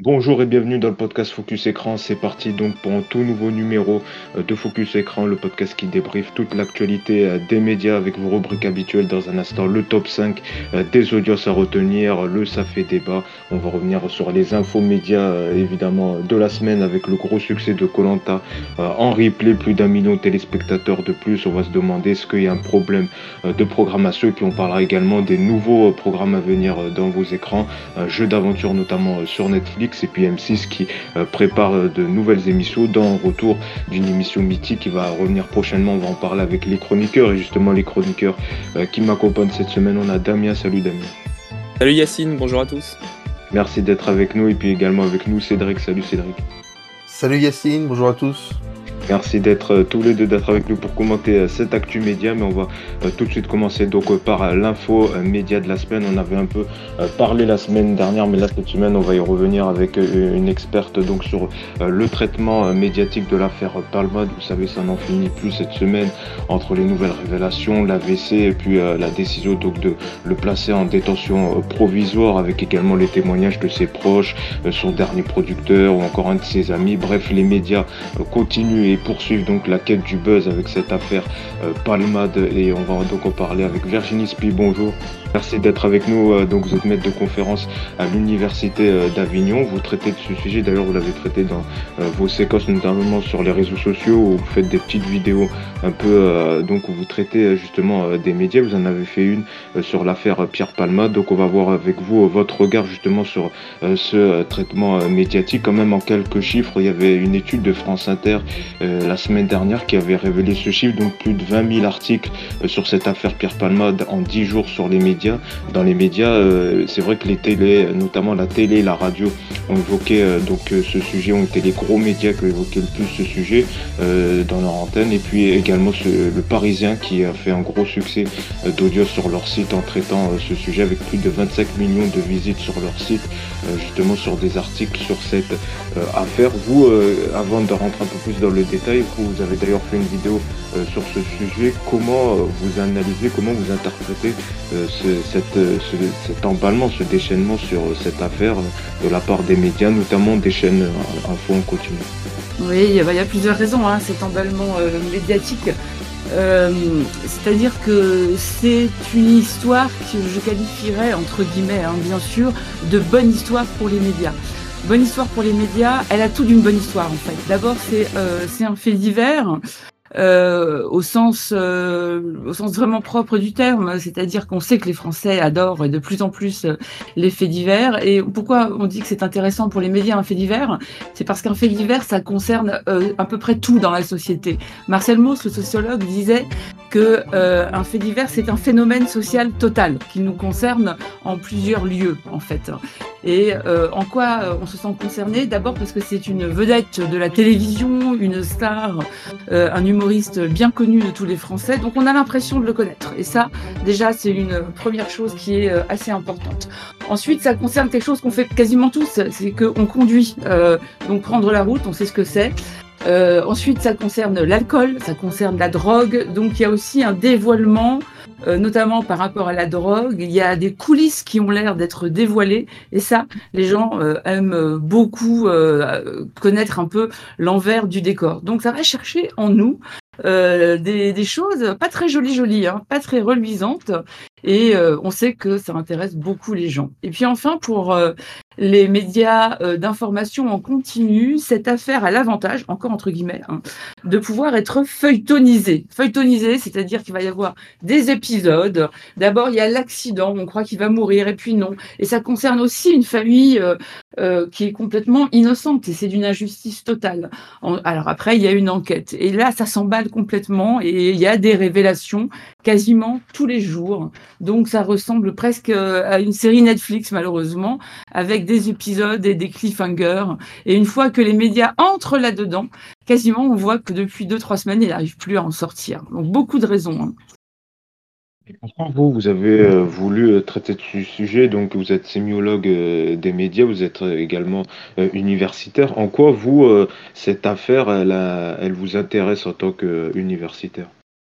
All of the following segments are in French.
Bonjour et bienvenue dans le podcast Focus Écran. C'est parti donc pour un tout nouveau numéro de Focus Écran, le podcast qui débriefe toute l'actualité des médias avec vos rubriques habituelles. Dans un instant, le top 5 des audiences à retenir, le Ça fait débat. On va revenir sur les infos médias évidemment de la semaine avec le gros succès de koh en replay, plus d'1 million de téléspectateurs de plus. On va se demander est-ce qu'il y a un problème de programmation et puis on parlera également des nouveaux programmes à venir dans vos écrans, jeux d'aventure notamment sur Netflix et puis M6 qui prépare de nouvelles émissions dans le retour d'une émission mythique qui va revenir prochainement. On va en parler avec les chroniqueurs et justement les chroniqueurs qui m'accompagnent cette semaine. On a Damien. Salut Damien. Salut Yacine, bonjour à tous. Merci d'être avec nous et puis également avec nous Cédric. Salut Cédric. Salut Yacine, bonjour à tous. Merci d'être tous les deux d'être avec nous pour commenter cette actu média, mais on va tout de suite commencer donc par l'info média de la semaine. On avait un peu parlé la semaine dernière, mais là cette semaine on va y revenir avec une experte donc sur le traitement médiatique de l'affaire Palmade. Vous savez, ça n'en finit plus cette semaine entre les nouvelles révélations, l'AVC et puis la décision donc de le placer en détention provisoire, avec également les témoignages de ses proches, son dernier producteur ou encore un de ses amis. Bref, les médias continuent et poursuivre donc la quête du buzz avec cette affaire Palmade, et on va donc en parler avec Virginie Spi. Bonjour. Merci d'être avec nous. Donc vous êtes maître de conférence à l'université d'Avignon. Vous traitez de ce sujet, d'ailleurs vous l'avez traité dans vos séquences, notamment sur les réseaux sociaux, où vous faites des petites vidéos un peu donc où vous traitez justement des médias. Vous en avez fait une sur l'affaire Pierre Palmade. Donc on va voir avec vous votre regard justement sur ce traitement médiatique. Quand même, en quelques chiffres, il y avait une étude de France Inter la semaine dernière qui avait révélé ce chiffre, donc plus de 20 000 articles sur cette affaire Pierre Palmade en 10 jours sur les médias. Dans les médias, c'est vrai que les télés, notamment la télé et la radio, ont évoqué ce sujet, ont été les gros médias qui ont évoqué le plus ce sujet dans leur antenne, et puis également le Parisien qui a fait un gros succès d'audience sur leur site en traitant ce sujet, avec plus de 25 millions de visites sur leur site, justement sur des articles sur cette affaire. Vous, avant de rentrer un peu plus dans le détail, vous avez d'ailleurs fait une vidéo sur ce sujet. Comment vous analysez, comment vous interprétez cet emballement, ce déchaînement sur cette affaire de la part des médias, notamment des chaînes info en continu? Oui, il y a plusieurs raisons, cet emballement médiatique. C'est-à-dire que c'est une histoire que je qualifierais, entre guillemets, bien sûr, de bonne histoire pour les médias. Bonne histoire pour les médias, elle a tout d'une bonne histoire en fait. D'abord, c'est un fait divers. Au sens vraiment propre du terme, c'est-à-dire qu'on sait que les Français adorent de plus en plus les faits divers. Et pourquoi on dit que c'est intéressant pour les médias un fait divers? C'est parce qu'un fait divers, ça concerne à peu près tout dans la société. Marcel Mauss, le sociologue, disait que un fait divers, c'est un phénomène social total qui nous concerne en plusieurs lieux en fait. Et en quoi on se sent concerné? D'abord parce que c'est une vedette de la télévision, une star, un humoriste bien connu de tous les Français, donc on a l'impression de le connaître. Et ça, déjà, c'est une première chose qui est assez importante. Ensuite, ça concerne quelque chose qu'on fait quasiment tous, c'est qu'on conduit. Donc prendre la route, on sait ce que c'est. Ensuite, ça concerne l'alcool, ça concerne la drogue, donc il y a aussi un dévoilement, notamment par rapport à la drogue. Il y a des coulisses qui ont l'air d'être dévoilées, et ça, les gens aiment beaucoup connaître un peu l'envers du décor. Donc ça va chercher en nous des choses pas très jolies, pas très reluisantes, et on sait que ça intéresse beaucoup les gens. Et puis enfin, pour les médias d'information en continu, cette affaire a l'avantage, encore entre guillemets, de pouvoir être feuilletonisée. Feuilletonisée, c'est-à-dire qu'il va y avoir des épisodes. D'abord, il y a l'accident, on croit qu'il va mourir, et puis non. Et ça concerne aussi une famille qui est complètement innocente, et c'est d'une injustice totale. Alors après, il y a une enquête. Et là, ça s'emballe complètement, et il y a des révélations quasiment tous les jours. Donc ça ressemble presque à une série Netflix, malheureusement, avec des épisodes et des cliffhangers. Et une fois que les médias entrent là-dedans, quasiment on voit que depuis 2-3 semaines, ils n'arrivent plus à en sortir. Donc beaucoup de raisons. Et pourquoi vous avez voulu traiter de ce sujet? Donc vous êtes sémiologue des médias, vous êtes également universitaire. En quoi cette affaire, elle vous intéresse en tant qu'universitaire?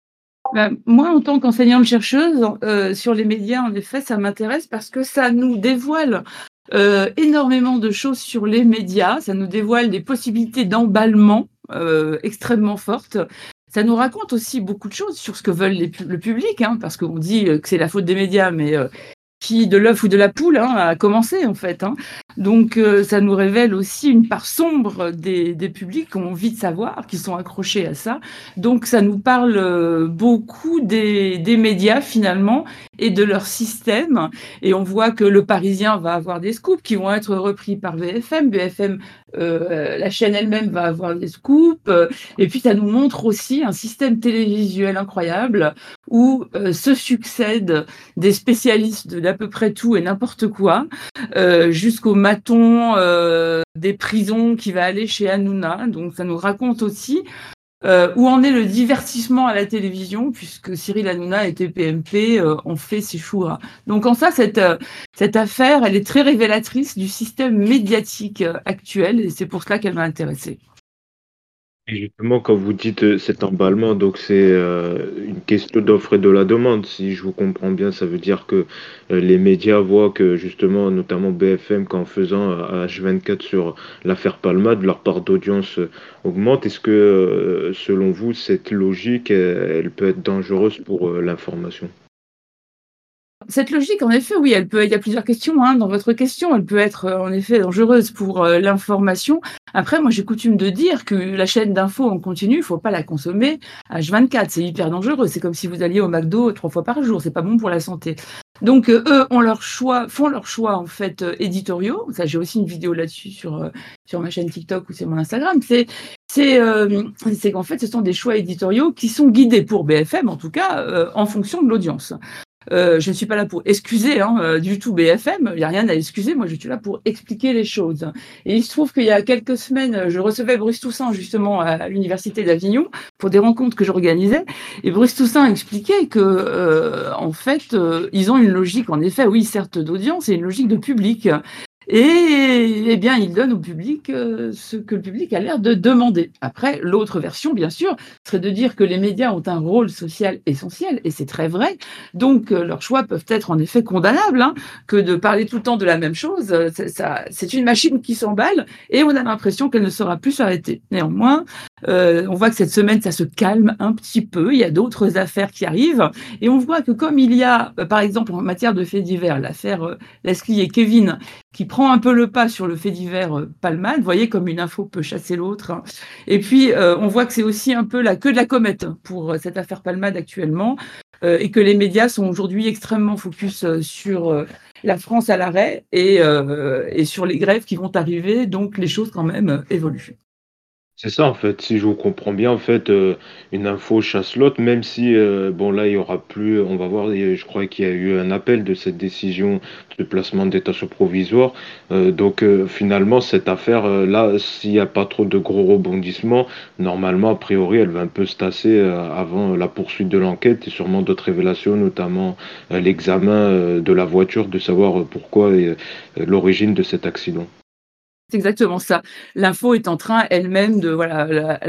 Moi, en tant qu'enseignante-chercheuse, sur les médias, en effet, ça m'intéresse parce que ça nous dévoile Énormément de choses sur les médias, ça nous dévoile des possibilités d'emballement, extrêmement fortes. Ça nous raconte aussi beaucoup de choses sur ce que veulent le public, hein, parce qu'on dit, que c'est la faute des médias, mais qui de l'œuf ou de la poule, hein, a commencé en fait, hein. Donc ça nous révèle aussi une part sombre des publics qui ont envie de savoir, qui sont accrochés à ça. Donc ça nous parle beaucoup des médias finalement et de leur système. Et on voit que Le Parisien va avoir des scoops qui vont être repris par BFM. BFM, la chaîne elle-même va avoir des scoops. Et puis ça nous montre aussi un système télévisuel incroyable où se succèdent des spécialistes d'à peu près tout et n'importe quoi, jusqu'au maton des prisons qui va aller chez Hanouna. Donc ça nous raconte aussi où en est le divertissement à la télévision, puisque Cyril Hanouna était PMP, en fait ses choix. Donc en ça, cette affaire, elle est très révélatrice du système médiatique actuel, et c'est pour cela qu'elle m'a intéressée. Et justement, quand vous dites cet emballement, donc c'est une question d'offre et de la demande. Si je vous comprends bien, ça veut dire que les médias voient que justement, notamment BFM, qu'en faisant H24 sur l'affaire Palmade, leur part d'audience augmente. Est-ce que, selon vous, cette logique, elle peut être dangereuse pour l'information? Cette logique, en effet, oui, il y a plusieurs questions, hein, dans votre question. Elle peut être, en effet, dangereuse pour l'information. Après, moi, j'ai coutume de dire que la chaîne d'infos en continu, il faut pas la consommer H24. C'est hyper dangereux. C'est comme si vous alliez au McDo 3 fois par jour. C'est pas bon pour la santé. Donc, eux font leur choix, en fait, éditoriaux. Ça, j'ai aussi une vidéo là-dessus sur ma chaîne TikTok ou sur mon Instagram. C'est qu'en fait, ce sont des choix éditoriaux qui sont guidés pour BFM, en tout cas, en fonction de l'audience. Je ne suis pas là pour excuser du tout BFM, il n'y a rien à excuser, moi je suis là pour expliquer les choses. Et il se trouve qu'il y a quelques semaines, je recevais Bruce Toussaint justement à l'université d'Avignon pour des rencontres que j'organisais, et Bruce Toussaint expliquait que en fait, ils ont une logique, en effet, oui, certes d'audience, et une logique de public. Et eh bien, il donne au public ce que le public a l'air de demander. Après, l'autre version, bien sûr, serait de dire que les médias ont un rôle social essentiel, et c'est très vrai. Donc, leurs choix peuvent être en effet condamnables, hein, que de parler tout le temps de la même chose. C'est une machine qui s'emballe, et on a l'impression qu'elle ne sera plus s'arrêter. Néanmoins, on voit que cette semaine, ça se calme un petit peu. Il y a d'autres affaires qui arrivent, et on voit que comme il y a, par exemple, en matière de faits divers, l'affaire Leslie et Kevin, qui prend un peu le pas sur le fait divers Palmade. Vous voyez comme une info peut chasser l'autre, hein. Et puis, on voit que c'est aussi un peu la queue de la comète pour cette affaire Palmade actuellement, et que les médias sont aujourd'hui extrêmement focus sur la France à l'arrêt et sur les grèves qui vont arriver. Donc, les choses quand même évoluent. C'est ça en fait, si je vous comprends bien, en fait, une info chasse l'autre, même si, bon là, il y aura plus, on va voir, je crois qu'il y a eu un appel de cette décision de placement de détention provisoire. Donc finalement, cette affaire, là, s'il n'y a pas trop de gros rebondissements, normalement, a priori, elle va un peu se tasser avant la poursuite de l'enquête et sûrement d'autres révélations, notamment l'examen de la voiture, de savoir pourquoi l'origine de cet accident. C'est exactement ça. L'info est en train elle-même de voilà,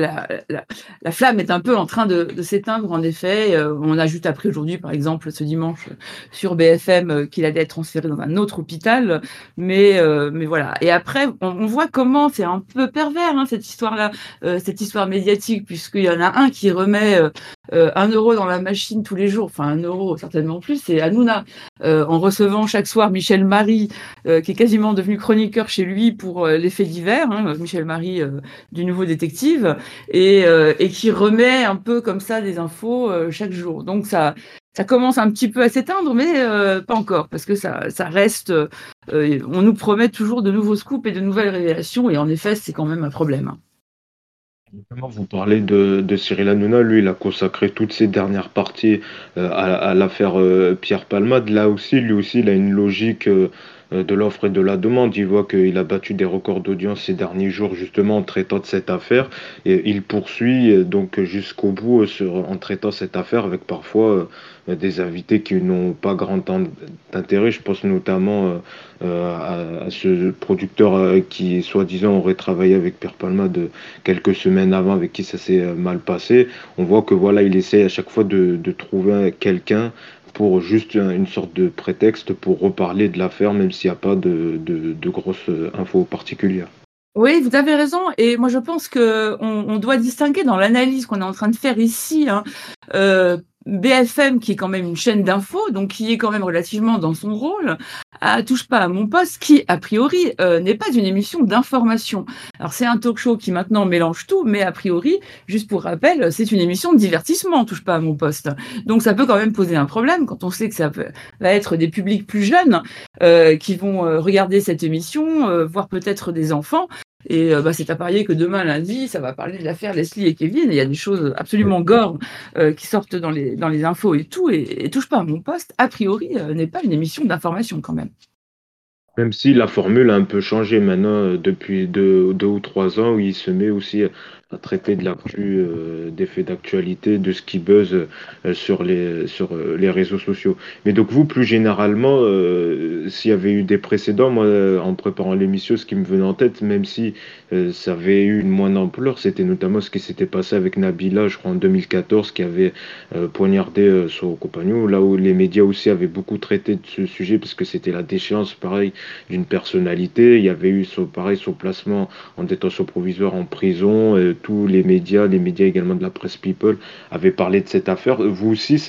la flamme est un peu en train de s'éteindre en effet. On a juste appris aujourd'hui, par exemple, ce dimanche sur BFM, qu'il allait être transféré dans un autre hôpital. Mais voilà. Et après, on voit comment c'est un peu pervers, hein, cette histoire-là, cette histoire médiatique, puisqu'il y en a un qui remet 1 € dans la machine tous les jours, enfin 1 € certainement plus, c'est Hanouna, en recevant chaque soir Michel Marie, qui est quasiment devenu chroniqueur chez lui pour les faits divers, hein, Michel Marie du Nouveau Détective, et qui remet un peu comme ça des infos chaque jour. Donc ça commence un petit peu à s'éteindre, mais pas encore, parce que ça reste. On nous promet toujours de nouveaux scoops et de nouvelles révélations, et en effet, c'est quand même un problème, hein. Justement, vous parlez de Cyril Hanouna, lui, il a consacré toutes ses dernières parties à l'affaire Pierre Palmade. Là aussi, lui aussi, il a une logique de l'offre et de la demande. Il voit qu'il a battu des records d'audience ces derniers jours, justement, en traitant de cette affaire. Et il poursuit donc jusqu'au bout en traitant cette affaire avec parfois des invités qui n'ont pas grand intérêt. Je pense notamment à ce producteur qui, soi-disant, aurait travaillé avec Pierre Palmade quelques semaines avant, avec qui ça s'est mal passé. On voit que voilà, il essaie à chaque fois de trouver quelqu'un pour juste une sorte de prétexte pour reparler de l'affaire, même s'il n'y a pas de grosses infos particulières. Oui, vous avez raison et moi je pense qu'on doit distinguer dans l'analyse qu'on est en train de faire ici, hein, BFM qui est quand même une chaîne d'infos, donc qui est quand même relativement dans son rôle, à Touche pas à mon poste qui, a priori, n'est pas une émission d'information. Alors c'est un talk-show qui maintenant mélange tout, mais a priori, juste pour rappel, c'est une émission de divertissement, Touche pas à mon poste. Donc ça peut quand même poser un problème quand on sait que va être des publics plus jeunes qui vont regarder cette émission, voire peut-être des enfants. Et c'est à parier que demain, lundi, ça va parler de l'affaire Leslie et Kevin. Et il y a des choses absolument gore qui sortent dans les infos et tout. Et Touche pas à mon poste, a priori, n'est pas une émission d'information quand même. Même si la formule a un peu changé maintenant depuis 2 ou 3 ans, où il se met aussi à traiter de l'actu, des faits d'actualité, de ce qui buzz sur les réseaux sociaux. Mais donc vous, plus généralement, s'il y avait eu des précédents, moi, en préparant l'émission, ce qui me venait en tête, même si ça avait eu une moindre ampleur, c'était notamment ce qui s'était passé avec Nabila, je crois en 2014, qui avait poignardé son compagnon, là où les médias aussi avaient beaucoup traité de ce sujet, parce que c'était la déchéance, pareil, d'une personnalité. Il y avait eu pareil, son placement en détention provisoire en prison. Tous les médias également de la presse People, avaient parlé de cette affaire. Vous aussi,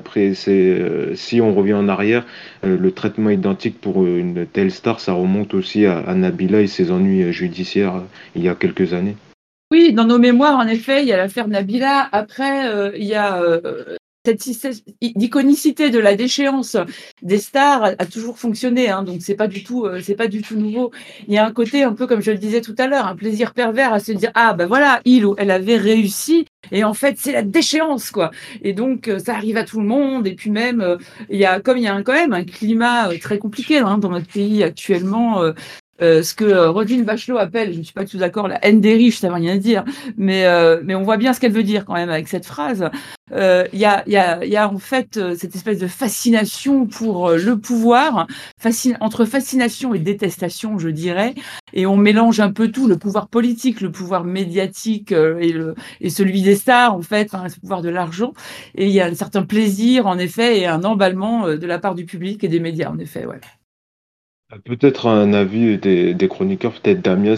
si on revient en arrière, le traitement identique pour une telle star, ça remonte aussi à Nabila et ses ennuis judiciaires il y a quelques années. Oui, dans nos mémoires, en effet, il y a l'affaire Nabila. Après, il y a cette iconicité de la déchéance des stars a toujours fonctionné, hein, donc c'est pas du tout nouveau. Il y a un côté un peu comme je le disais tout à l'heure, un plaisir pervers à se dire ah ben voilà, il ou elle avait réussi et en fait c'est la déchéance quoi. Et donc ça arrive à tout le monde et puis même il y a quand même un climat très compliqué hein, dans notre pays actuellement. Ce que Roselyne Bachelot appelle, je ne suis pas tout d'accord, la haine des riches, ça ne veut rien dire, mais on voit bien ce qu'elle veut dire quand même avec cette phrase. Il y a en fait cette espèce de fascination pour le pouvoir, entre fascination et détestation, je dirais, et on mélange un peu tout, le pouvoir politique, le pouvoir médiatique et celui des stars, en fait, hein, ce pouvoir de l'argent, et il y a un certain plaisir, en effet, et un emballement de la part du public et des médias, en effet, ouais. Peut-être un avis des chroniqueurs, peut-être Damien,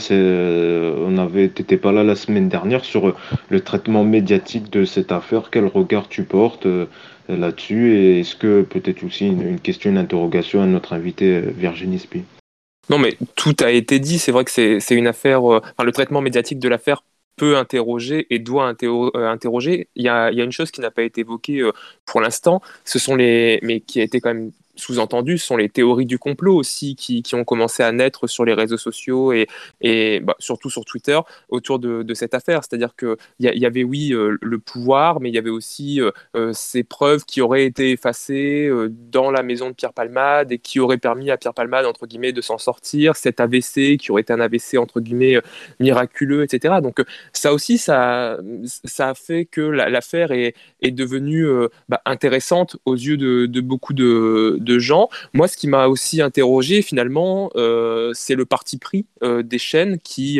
t'étais pas là la semaine dernière sur le traitement médiatique de cette affaire. Quel regard tu portes là-dessus? Et est-ce que peut-être aussi une question, une interrogation à notre invité Virginie Spi? Non, mais tout a été dit. C'est vrai que c'est une affaire. Enfin, le traitement médiatique de l'affaire peut interroger et doit interroger. Il y a une chose qui n'a pas été évoquée pour l'instant. Mais qui a été quand même sous-entendu, ce sont les théories du complot aussi qui ont commencé à naître sur les réseaux sociaux et surtout sur Twitter autour de cette affaire. C'est-à-dire qu'il y avait, oui, le pouvoir, mais il y avait aussi ces preuves qui auraient été effacées dans la maison de Pierre Palmade et qui auraient permis à Pierre Palmade, entre guillemets, de s'en sortir. Cet AVC qui aurait été un AVC, entre guillemets, miraculeux, etc. Donc ça aussi, ça a fait que l'affaire est devenue intéressante aux yeux de beaucoup de gens. Moi, ce qui m'a aussi interrogé finalement, c'est le parti pris des chaînes qui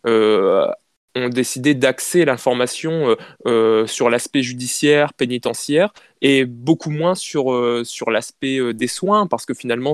ont décidé d'axer l'information sur l'aspect judiciaire, pénitentiaire, et beaucoup moins sur l'aspect des soins, parce que finalement,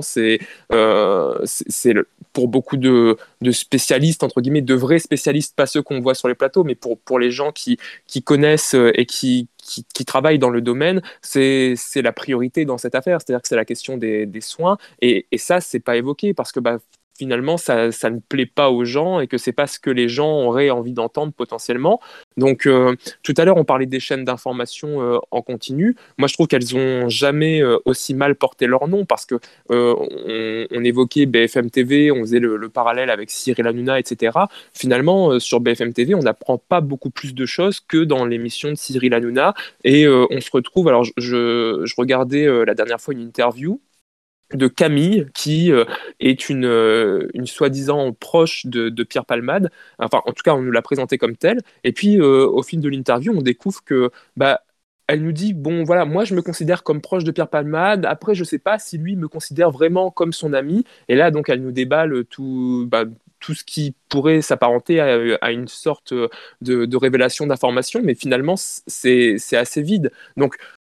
pour beaucoup de spécialistes, entre guillemets, de vrais spécialistes, pas ceux qu'on voit sur les plateaux, mais pour les gens qui connaissent et qui travaillent dans le domaine, c'est la priorité dans cette affaire. C'est-à-dire que c'est la question des soins, et ça, c'est pas évoqué, parce que finalement, ça ne plaît pas aux gens et que c'est pas ce que les gens auraient envie d'entendre potentiellement. Donc, tout à l'heure, on parlait des chaînes d'information en continu. Moi, je trouve qu'elles ont jamais aussi mal porté leur nom, parce que on évoquait BFM TV, on faisait le parallèle avec Cyril Hanouna, etc. Finalement, sur BFM TV, on n'apprend pas beaucoup plus de choses que dans l'émission de Cyril Hanouna. Et on se retrouve, alors je regardais la dernière fois une interview de Camille, qui est une soi-disant proche de Pierre Palmade. Enfin, en tout cas, on nous l'a présentée comme telle. Et puis, au fil de l'interview, on découvre que elle nous dit, bon, voilà, moi, je me considère comme proche de Pierre Palmade. Après, je sais pas si lui me considère vraiment comme son ami. Et là, donc, elle nous déballe tout ce qui pourrait s'apparenter à une sorte de révélation d'information. Mais finalement, c'est assez vide. Donc,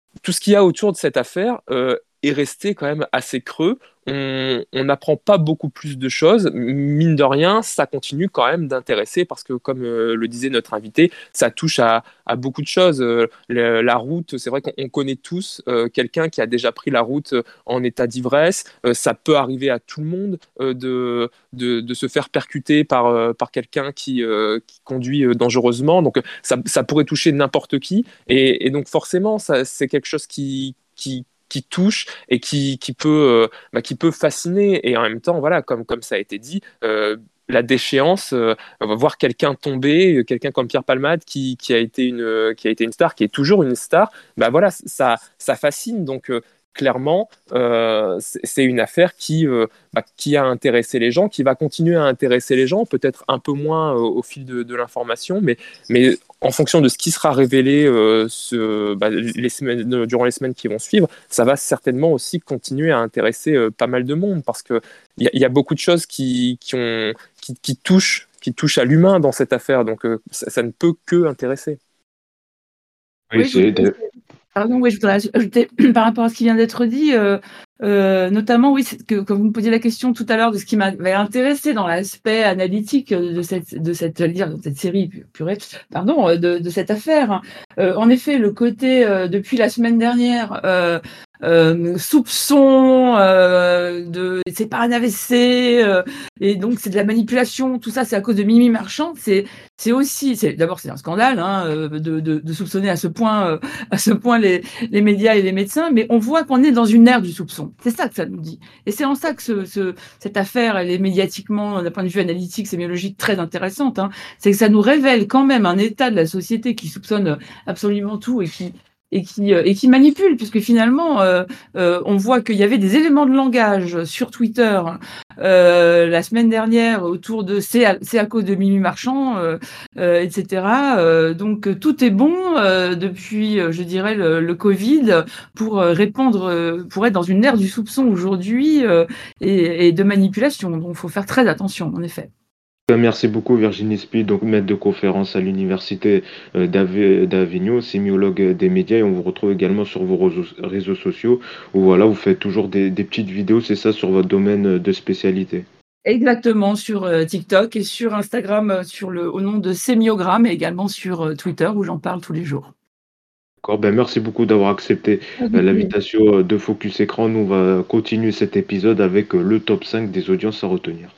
tout ce qu'il y a autour de cette affaire est resté quand même assez creux. On n'apprend pas beaucoup plus de choses. Mine de rien, ça continue quand même d'intéresser parce que, comme le disait notre invité, ça touche à beaucoup de choses. La route, c'est vrai qu'on connaît tous quelqu'un qui a déjà pris la route en état d'ivresse. Ça peut arriver à tout le monde de se faire percuter par quelqu'un qui conduit dangereusement. Donc, ça pourrait toucher n'importe qui. Et donc, forcément, c'est quelque chose qui touche et qui peut fasciner. Et en même temps, voilà, comme ça a été dit, la déchéance, on va voir quelqu'un tomber, quelqu'un comme Pierre Palmade qui a été une star, qui est toujours une star, bah voilà, ça fascine. Donc, clairement, c'est une affaire qui a intéressé les gens, qui va continuer à intéresser les gens, peut-être un peu moins au fil de l'information, mais en fonction de ce qui sera révélé durant les semaines qui vont suivre, ça va certainement aussi continuer à intéresser pas mal de monde, parce qu'il y a beaucoup de choses qui touchent à l'humain dans cette affaire, donc ça ne peut que intéresser. Oui, Pardon, oui, je voudrais ajouter par rapport à ce qui vient d'être dit, notamment, oui, quand vous me posiez la question tout à l'heure de ce qui m'avait intéressé dans l'aspect analytique de cette série, pardon, de cette affaire. En effet, le côté, depuis la semaine dernière, soupçon c'est pas un AVC, et donc c'est de la manipulation, tout ça, c'est à cause de Mimi Marchand. D'abord c'est un scandale de soupçonner à ce point les médias et les médecins, mais on voit qu'on est dans une ère du soupçon. C'est ça que ça nous dit. Et c'est en ça que cette affaire, elle est médiatiquement, d'un point de vue analytique, sémiologique, très intéressante. C'est que ça nous révèle quand même un état de la société qui soupçonne absolument tout et qui manipule, puisque finalement, on voit qu'il y avait des éléments de langage sur Twitter la semaine dernière autour de c'est à cause de Mimi Marchand, etc. Donc tout est bon depuis, je dirais, le Covid pour répondre, pour être dans une ère du soupçon aujourd'hui et de manipulation. Donc il faut faire très attention, en effet. Merci beaucoup Virginie Spy, donc maître de conférence à l'université d'Avignon, sémiologue des médias, et on vous retrouve également sur vos réseaux sociaux où voilà, vous faites toujours des petites vidéos, c'est ça, sur votre domaine de spécialité. Exactement, sur TikTok et sur Instagram au nom de Sémiogramme, et également sur Twitter où j'en parle tous les jours. D'accord, ben merci beaucoup d'avoir accepté l'invitation de Focus Écran. Nous, on va continuer cet épisode avec le top 5 des audiences à retenir.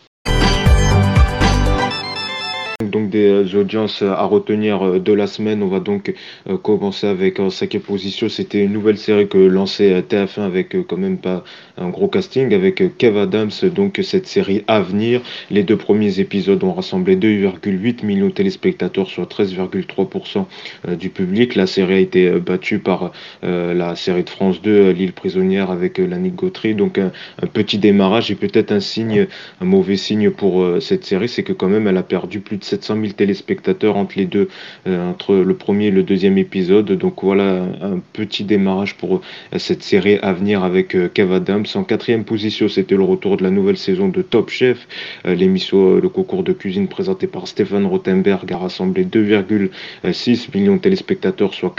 Donc des audiences à retenir de la semaine. On va donc commencer avec en 5e position. C'était une nouvelle série que lançait TF1 avec quand même pas un gros casting, avec Kev Adams. Donc cette série à venir. Les 2 premiers épisodes ont rassemblé 2,8 millions de téléspectateurs, soit 13,3% du public. La série a été battue par la série de France 2, L'île prisonnière, avec Lannick Gautry. Donc un petit démarrage, et peut-être un mauvais signe pour cette série, c'est que quand même elle a perdu plus de 700 000 téléspectateurs entre les deux, entre le premier et le deuxième épisode. Donc voilà un petit démarrage pour cette série à venir avec Kev Adams. En 4e position, c'était le retour de la nouvelle saison de Top Chef. L'émission, le concours de cuisine présenté par Stéphane Rothenberg, a rassemblé 2,6 millions de téléspectateurs, soit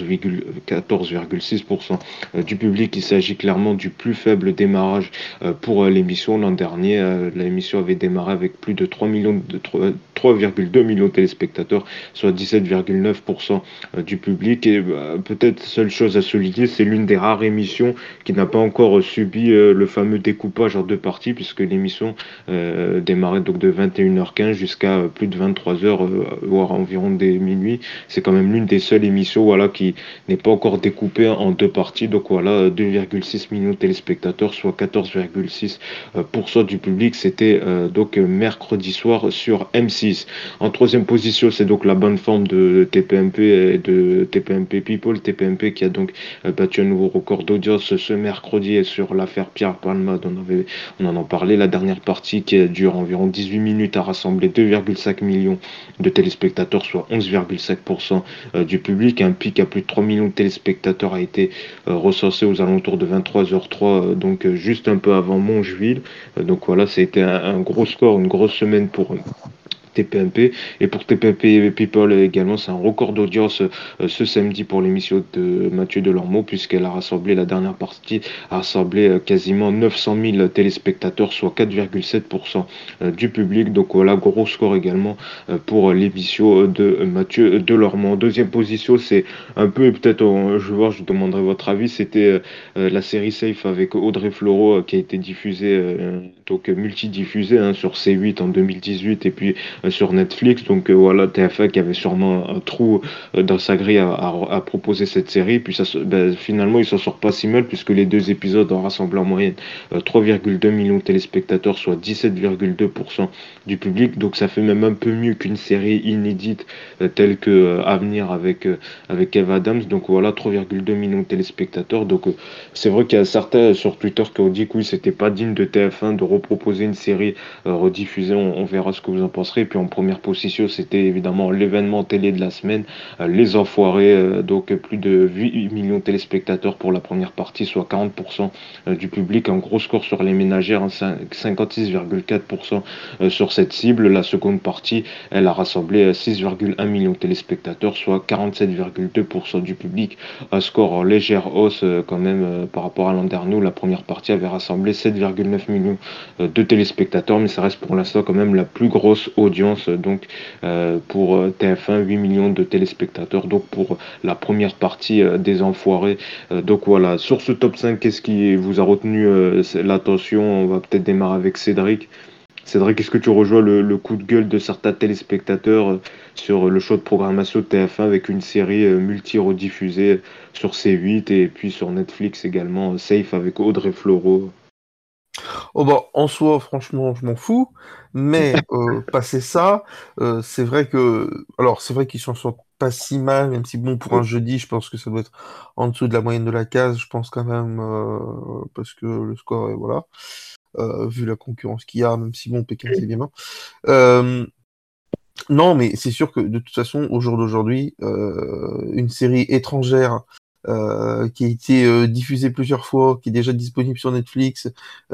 14,6% du public. Il s'agit clairement du plus faible démarrage pour l'émission. L'an dernier, l'émission avait démarré avec plus de 3,2 millions de téléspectateurs, soit 17,9% du public. Et peut-être seule chose à souligner, c'est l'une des rares émissions qui n'a pas encore subi le fameux découpage en 2 parties, puisque l'émission démarrait donc de 21h15 jusqu'à plus de 23h, voire environ des minuit. C'est quand même l'une des seules émissions, voilà, qui n'est pas encore découpée en 2 parties. Donc voilà, 2,6 millions de téléspectateurs, soit 14,6% du public. C'était donc mercredi soir sur M6. En 3e position, c'est donc la bonne forme de TPMP et de TPMP People. TPMP qui a donc battu un nouveau record d'audience ce mercredi sur l'affaire Pierre Palmade. On en a parlé. La dernière partie, qui dure environ 18 minutes, a rassemblé 2,5 millions de téléspectateurs, soit 11,5% du public. Un pic à plus de 3 millions de téléspectateurs a été recensé aux alentours de 23h03, donc juste un peu avant Mongeville. Donc voilà, ça a été un gros score, une grosse semaine pour TPMP. Et pour TPMP People également, c'est un record d'audience ce samedi pour l'émission de Mathieu Delormeau, puisqu'elle a rassemblé, la dernière partie, a rassemblé quasiment 900 000 téléspectateurs, soit 4,7% du public. Donc voilà, gros score également pour l'émission de Mathieu Delormeau. En deuxième position, c'est un peu, peut-être, je vais voir, je demanderai votre avis, c'était la série Safe avec Audrey Fleurot qui a été diffusée, donc multidiffusée sur C8 en 2018 et puis sur Netflix. Donc voilà, TF1 qui avait sûrement un trou dans sa grille à proposer cette série. Puis finalement, il s'en sort pas si mal puisque les deux épisodes ont rassemblé en moyenne 3,2 millions de téléspectateurs, soit 17,2% du public. Donc ça fait même un peu mieux qu'une série inédite telle que Avenir avec Kev Adams. Donc voilà, 3,2 millions de téléspectateurs. Donc c'est vrai qu'il y a certains sur Twitter qui ont dit que oui, c'était pas digne de TF1 de reproposer une série rediffusée. On verra ce que vous en penserez. Et puis en première position, c'était évidemment l'événement télé de la semaine, Les Enfoirés. Donc plus de 8 millions de téléspectateurs pour la première partie, soit 40% du public. Un gros score sur les ménagères, 56,4% sur cette cible. La seconde partie, elle a rassemblé 6,1 millions de téléspectateurs, soit 47,2% du public. Un score en légère hausse quand même par rapport à l'an dernier où la première partie avait rassemblé 7,9 millions de téléspectateurs, mais ça reste pour l'instant quand même la plus grosse audience donc pour TF1, 8 millions de téléspectateurs donc pour la première partie des Enfoirés. Donc voilà, sur ce top 5, qu'est-ce qui vous a retenu l'attention? On va peut-être démarrer avec Cédric. Cédric, est-ce que tu rejoins le coup de gueule de certains téléspectateurs sur le choix de programmation de TF1 avec une série multi-rediffusée sur C8 et puis sur Netflix également, Safe avec Audrey Fleurot? Oh bah, en soi, franchement, je m'en fous, mais passer ça, c'est vrai que... Alors, c'est vrai qu'ils s'en sortent pas si mal, même si, bon, pour un jeudi, je pense que ça doit être en dessous de la moyenne de la case, je pense quand même, parce que le score est, voilà, vu la concurrence qu'il y a, même si, bon, Pékin, c'est bien. Non, mais c'est sûr que de toute façon, au jour d'aujourd'hui, une série étrangère qui a été diffusée plusieurs fois, qui est déjà disponible sur Netflix,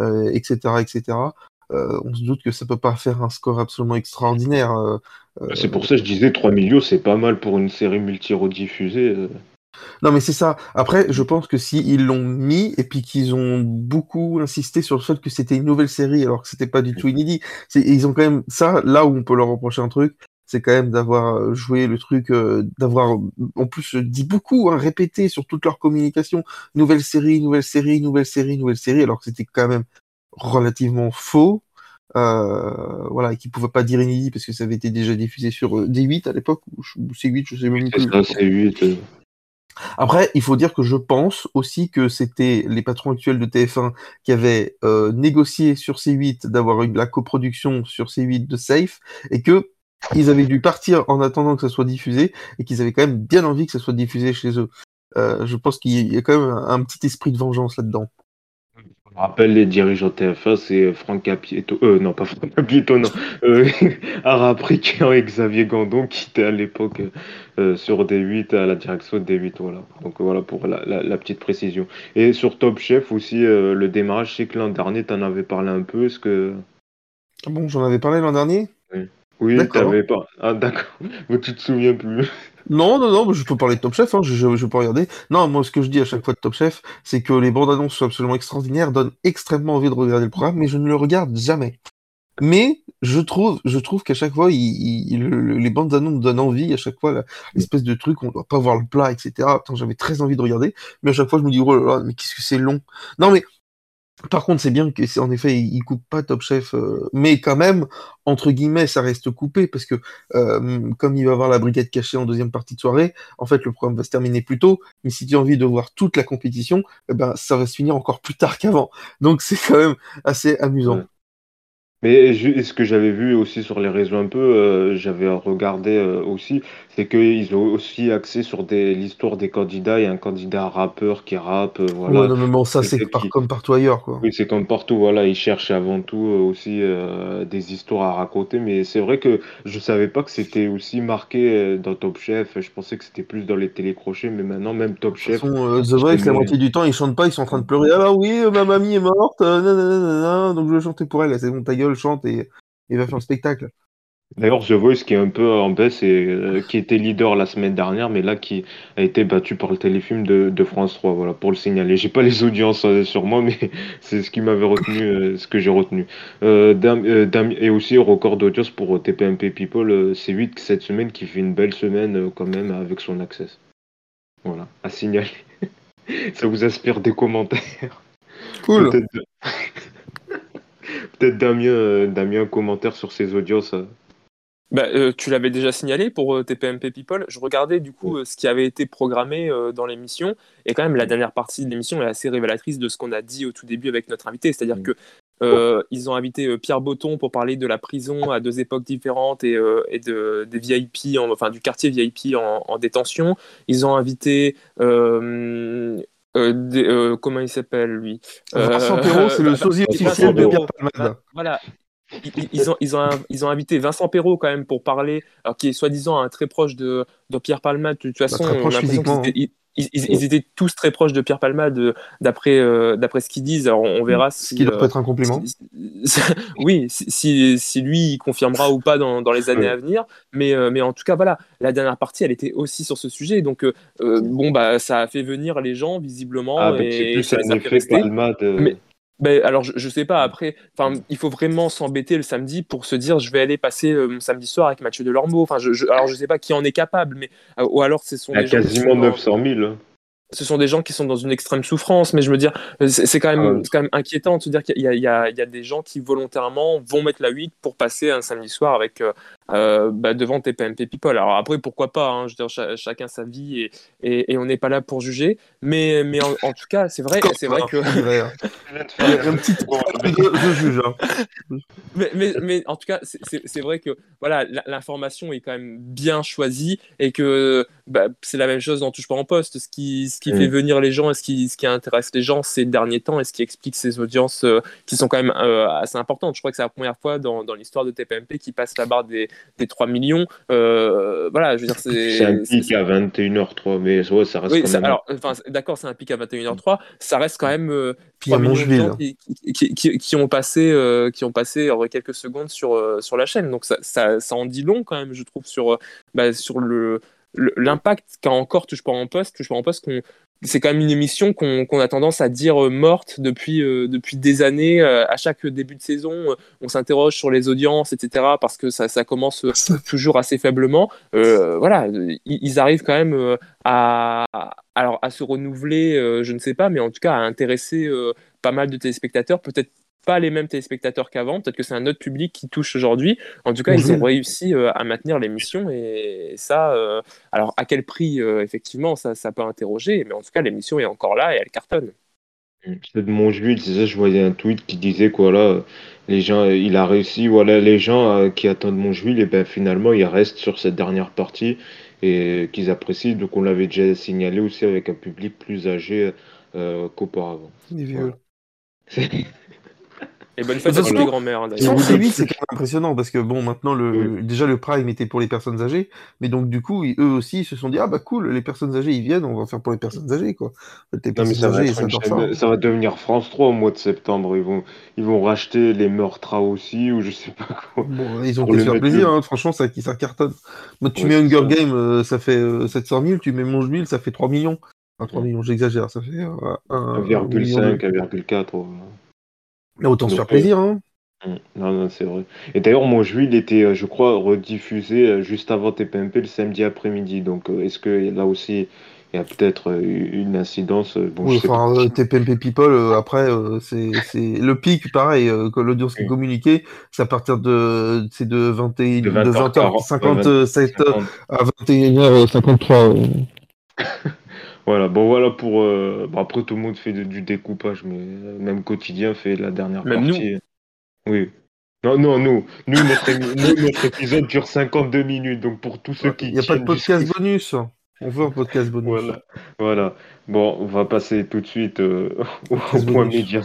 etc., etc., on se doute que ça peut pas faire un score absolument extraordinaire. C'est pour ça que je disais 3 millions, c'est pas mal pour une série multi-rediffusée. Non, mais c'est ça. Après, je pense que si ils l'ont mis et puis qu'ils ont beaucoup insisté sur le fait que c'était une nouvelle série alors que c'était pas du tout inédit, ils ont quand même ça. Là où on peut leur reprocher un truc, c'est quand même d'avoir joué le truc, d'avoir en plus dit beaucoup, hein, répété sur toute leur communication, nouvelle série, nouvelle série, nouvelle série, nouvelle série, alors que c'était quand même relativement faux. Voilà, et qui pouvait pas dire inédit parce que ça avait été déjà diffusé sur D8 à l'époque ou C8, je sais même C'est plus. ça, c'est 8. Après, il faut dire que je pense aussi que c'était les patrons actuels de TF1 qui avaient négocié sur C8 d'avoir la coproduction sur C8 de Safe et que ils avaient dû partir en attendant que ça soit diffusé et qu'ils avaient quand même bien envie que ça soit diffusé chez eux. Je pense qu'il y a quand même un petit esprit de vengeance là-dedans. Je me rappelle les dirigeants TF1, c'est Franck Capieto, non pas Franck Capieto, non, Araprikian et Xavier Gandon qui étaient à l'époque sur D8 à la direction de D8, voilà. Donc voilà pour la petite précision. Et sur Top Chef aussi, le démarrage, je sais que l'an dernier, tu en avais parlé un peu, est-ce que... Ah bon, j'en avais parlé l'an dernier? Oui, oui, D'accord. t'avais pas... Ah d'accord, mais tu te souviens plus. Non, non, non, je peux parler de Top Chef, hein, je peux regarder. Non, moi, ce que je dis à chaque fois de Top Chef, c'est que les bandes annonces sont absolument extraordinaires, donnent extrêmement envie de regarder le programme, mais je ne le regarde jamais. Mais je trouve qu'à chaque fois, les bandes annonces donnent envie, à chaque fois, l'espèce de truc, on doit pas voir le plat, etc. Putain, j'avais très envie de regarder, mais à chaque fois, je me dis, oh là là, mais qu'est-ce que c'est long. Non, mais par contre, c'est bien que, en effet, il coupe pas Top Chef, mais quand même, entre guillemets, ça reste coupé, parce que comme il va y avoir la brigade cachée en deuxième partie de soirée, en fait, le programme va se terminer plus tôt, mais si tu as envie de voir toute la compétition, eh ben, ça va se finir encore plus tard qu'avant. Donc c'est quand même assez amusant. Ouais. Mais ce que j'avais vu aussi sur les réseaux un peu, j'avais regardé aussi, c'est qu'ils ont aussi axé sur l'histoire des candidats. Il y a un candidat rappeur qui rappe, Ouais, voilà, non, mais bon, ça, c'est quelqu'un qui... comme partout ailleurs, quoi. Oui, c'est comme partout, voilà, ils cherchent avant tout aussi des histoires à raconter, mais c'est vrai que je savais pas que c'était aussi marqué dans Top Chef. Je pensais que c'était plus dans les télécrochets, mais maintenant même Top De toute Chef, façon, The je te Voice, la mets... moitié du temps, ils chantent pas, ils sont en train de pleurer. Alors oui, ma mamie est morte, nanana, donc je vais chanter pour elle. C'est bon, ta gueule, chante et va faire le spectacle. D'ailleurs, The Voice qui est un peu en baisse et qui était leader la semaine dernière, mais là qui a été battu par le téléfilm de France 3, voilà, pour le signaler. J'ai pas les audiences sur moi, mais c'est ce qui m'avait retenu, ce que j'ai retenu. Et aussi record d'audience pour TPMP People, c'est 8 cette semaine qui fait une belle semaine quand même avec son access. Voilà, à signaler. Ça vous inspire des commentaires. Cool. Peut-être peut-être Damien, un commentaire sur ses audiences. Tu l'avais déjà signalé pour TPMP People. Je regardais du coup ce qui avait été programmé dans l'émission, et quand même la dernière partie de l'émission est assez révélatrice de ce qu'on a dit au tout début avec notre invité, c'est-à-dire que ils ont invité Pierre Botton pour parler de la prison à deux époques différentes et des VIP, enfin du quartier VIP en détention. Ils ont invité comment il s'appelle lui, Vincent Perrault, c'est le sosie officiel de Pierre Palmade. Voilà. Ils ont invité Vincent Perrault quand même pour parler, alors qui est soi-disant très proche de Pierre Palmade. De toute façon, très proche on a l'impression physiquement. ils étaient tous très proches de Pierre Palmade d'après ce qu'ils disent. Alors on verra ce qui doit être un compliment. Oui, si lui il confirmera ou pas dans les années à venir. Mais en tout cas, voilà, la dernière partie, elle était aussi sur ce sujet. Donc ça a fait venir les gens visiblement. Ah, ben c'est plus un effet Palmade. Alors, je sais pas, après, il faut vraiment s'embêter le samedi pour se dire je vais aller passer mon samedi soir avec Mathieu Delormeau. Alors, je sais pas qui en est capable, mais ou alors ce sont des gens quasiment 900 000. Ce sont des gens qui sont dans une extrême souffrance, mais je me dire, c'est quand même inquiétant de se dire qu'il y a des gens qui volontairement vont mettre la 8 pour passer un samedi soir avec devant TPMP People. Alors après, pourquoi pas, hein, je veux dire, chacun sa vie et on n'est pas là pour juger, mais en tout cas, c'est vrai que un petit je juge. Hein. Mais en tout cas, c'est vrai que voilà, l'information est quand même bien choisie et que c'est la même chose dans Touche pas en poste. Ce qui fait venir les gens et ce qui intéresse les gens ces derniers temps et ce qui explique ces audiences qui sont quand même assez importantes. Je crois que c'est la première fois dans l'histoire de TPMP qui passe la barre des 3 millions. Voilà, je veux dire, c'est un pic à 21h03, mais ouais, ça reste quand même... Alors, d'accord, c'est un pic à 21h03, ça reste quand même 3 millions de gens qui ont passé quelques secondes sur la chaîne. Donc ça en dit long quand même, je trouve, sur l'impact qu'a encore Touche pas en poste. Touche pas en poste, c'est quand même une émission qu'on a tendance à dire morte depuis des années. À chaque début de saison, on s'interroge sur les audiences, etc. parce que ça commence toujours assez faiblement. Voilà, ils arrivent quand même à se renouveler, je ne sais pas, mais en tout cas à intéresser pas mal de téléspectateurs, peut-être pas les mêmes téléspectateurs qu'avant, peut-être que c'est un autre public qui touche aujourd'hui. En tout cas, ils ont réussi à maintenir l'émission et ça, alors à quel prix, effectivement, ça peut interroger, mais en tout cas, l'émission est encore là et elle cartonne. C'est de Montjuïc, c'est ça, je voyais un tweet qui disait quoi là, les gens, il a réussi, voilà, les gens qui attendent Montjuïc, et ben finalement ils restent sur cette dernière partie et qu'ils apprécient, donc on l'avait déjà signalé aussi avec un public plus âgé qu'auparavant. Les vieux. Voilà. Et bonne fête à toutes les grand-mères, d'ailleurs. C'est 8, c'est quand même impressionnant parce que bon, maintenant déjà le Prime était pour les personnes âgées, mais donc du coup eux aussi ils se sont dit ah bah cool, les personnes âgées ils viennent, on va faire pour les personnes âgées quoi. Ça va devenir France 3 au mois de septembre. Ils vont racheter les Meurtres aussi ou je sais pas quoi. Bon, ils ont fait faire plaisir, hein. Franchement ça cartonne. Moi tu mets Hunger Games, ça fait 700 000, tu mets Mongeville, ça fait 3 millions. Enfin 3 millions, j'exagère, ça fait 1,5, 1,4. Mais autant se faire plaisir, hein. Non, c'est vrai. Et d'ailleurs, Montjuïc était, je crois, rediffusé juste avant TPMP le samedi après-midi. Donc, est-ce que là aussi, il y a peut-être une incidence oui, enfin, TPMP People, après, c'est le pic, pareil, quand l'audience est communiquée, c'est à partir de 20h57 à 21h53. Voilà, bon voilà pour... après tout le monde fait du découpage, mais même Quotidien fait la dernière partie. Oui. Non, nous, notre épisode dure 52 minutes, donc pour tous ceux qui... Il n'y a pas de podcast bonus. On veut un podcast bonus. Voilà. Bon, on va passer tout de suite au point média.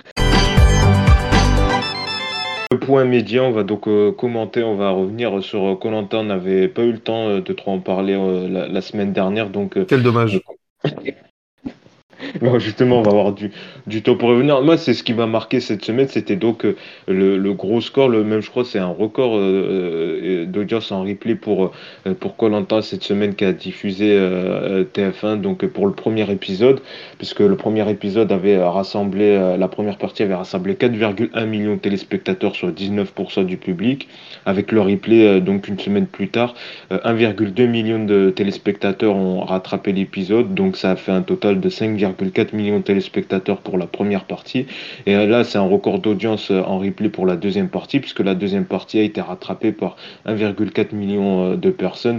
Le point média, on va donc commenter, on va revenir sur Koh-Lanta. On n'avait pas eu le temps de trop en parler la semaine dernière, donc... Quel dommage. Bon, justement, on va avoir du temps pour revenir. Moi, c'est ce qui m'a marqué cette semaine, c'était donc le gros score, le même, je crois, c'est un record d'audience en replay pour koh cette semaine qui a diffusé TF1, donc pour le premier épisode, puisque le premier épisode avait rassemblé, la première partie avait rassemblé 4,1 millions de téléspectateurs, soit 19% du public, avec le replay, donc une semaine plus tard, 1,2 million de téléspectateurs ont rattrapé l'épisode, donc ça a fait un total de 5,4 millions de téléspectateurs pour la première partie. Et là, c'est un record d'audience en replay pour la deuxième partie, puisque la deuxième partie a été rattrapée par 1,4 million de personnes.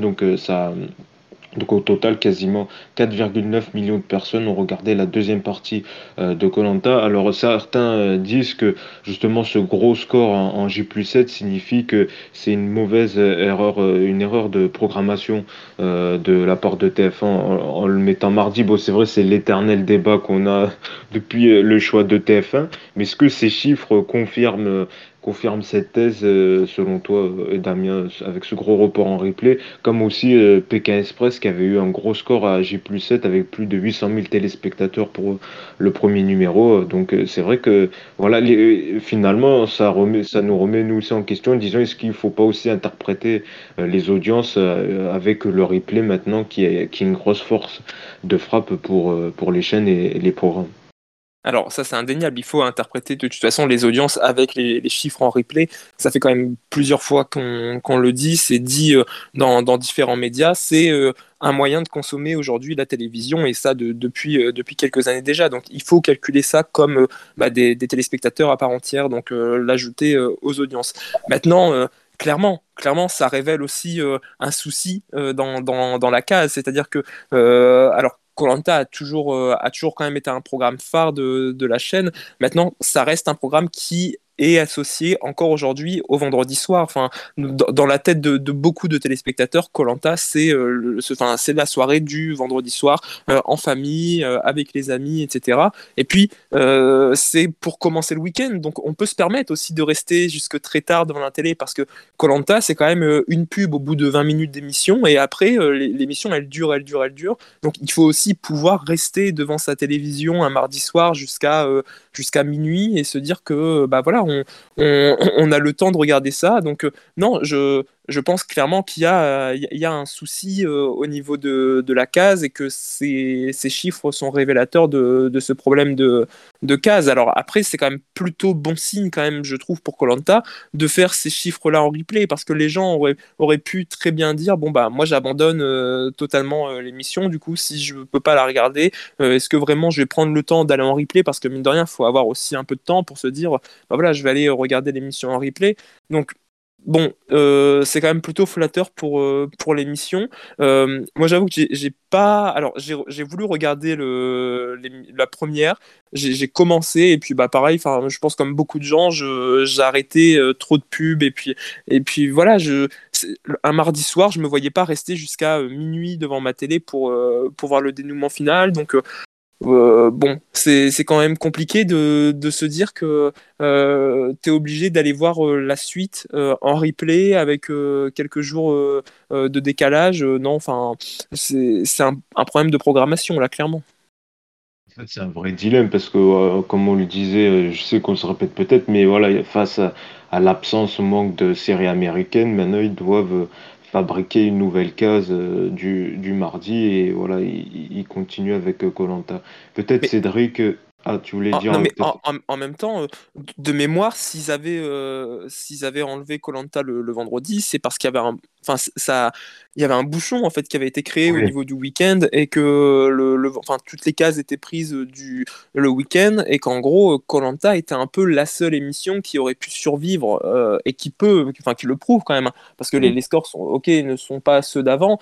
Donc au total, quasiment 4,9 millions de personnes ont regardé la deuxième partie de koh. Alors certains disent que justement ce gros score en J+7 signifie que c'est une mauvaise erreur, une erreur de programmation de la part de TF1 en le mettant mardi. Bon, c'est vrai, c'est l'éternel débat qu'on a depuis le choix de TF1, mais est-ce que ces chiffres confirment cette thèse selon toi, Damien, avec ce gros report en replay? Comme aussi Pékin Express qui avait eu un gros score à J+7 avec plus de 800 000 téléspectateurs pour le premier numéro. Donc c'est vrai que voilà, finalement ça nous remet nous aussi en question, disons est-ce qu'il ne faut pas aussi interpréter les audiences avec le replay maintenant qui est une grosse force de frappe pour les chaînes et les programmes. Alors ça c'est indéniable, il faut interpréter de toute façon les audiences avec les chiffres en replay. Ça fait quand même plusieurs fois qu'on le dit, c'est dit dans différents médias, c'est un moyen de consommer aujourd'hui la télévision et ça depuis quelques années déjà. Donc il faut calculer ça comme des téléspectateurs à part entière, donc l'ajouter aux audiences. Maintenant, clairement, ça révèle aussi un souci dans la case, c'est-à-dire que alors koh a toujours quand même été un programme phare de la chaîne. Maintenant, ça reste un programme qui est associé encore aujourd'hui au vendredi soir. Enfin, dans la tête de beaucoup de téléspectateurs, koh c'est la soirée du vendredi soir en famille, avec les amis, etc. Et puis, c'est pour commencer le week-end. Donc, on peut se permettre aussi de rester jusque très tard devant la télé parce que koh c'est quand même une pub au bout de 20 minutes d'émission. Et après, l'émission, elle dure. Donc il faut aussi pouvoir rester devant sa télévision un mardi soir jusqu'à minuit et se dire que bah voilà, on a le temps de regarder ça. Donc non, je pense clairement qu'il y a un souci au niveau de la case et que ces chiffres sont révélateurs de ce problème de case. Alors après, c'est quand même plutôt bon signe quand même, je trouve, pour koh de faire ces chiffres-là en replay parce que les gens auraient pu très bien dire bon bah moi j'abandonne totalement l'émission, du coup si je peux pas la regarder, est-ce que vraiment je vais prendre le temps d'aller en replay, parce que mine de rien il faut avoir aussi un peu de temps pour se dire bah voilà, je vais aller regarder l'émission en replay. Donc bon, c'est quand même plutôt flatteur pour l'émission. Moi, j'avoue que j'ai pas. Alors, j'ai voulu regarder la première. J'ai commencé et puis bah pareil. Enfin, je pense comme beaucoup de gens, j'ai arrêté trop de pubs et puis voilà. Un mardi soir, je me voyais pas rester jusqu'à minuit devant ma télé pour voir le dénouement final. Donc bon, c'est quand même compliqué de se dire que tu es obligé d'aller voir la suite en replay avec quelques jours de décalage. Non, enfin, c'est un problème de programmation, là, clairement. En fait, c'est un vrai dilemme parce que, comme on le disait, je sais qu'on se répète peut-être, mais voilà, face à l'absence, au manque de séries américaines, maintenant ils doivent fabriquer une nouvelle case du mardi et voilà, ils continuent avec koh. Peut-être Mais Cédric, ah, tu voulais dire Non, mais peut-être. en même temps, de mémoire, s'ils avaient enlevé koh le vendredi, c'est parce qu'il y avait enfin, il y avait un bouchon en fait qui avait été créé au Oui. niveau du week-end et que enfin, toutes les cases étaient prises le week-end et qu'en gros, koh était un peu la seule émission qui aurait pu survivre et qui le prouve quand même, hein, parce que les scores ne sont pas ceux d'avant,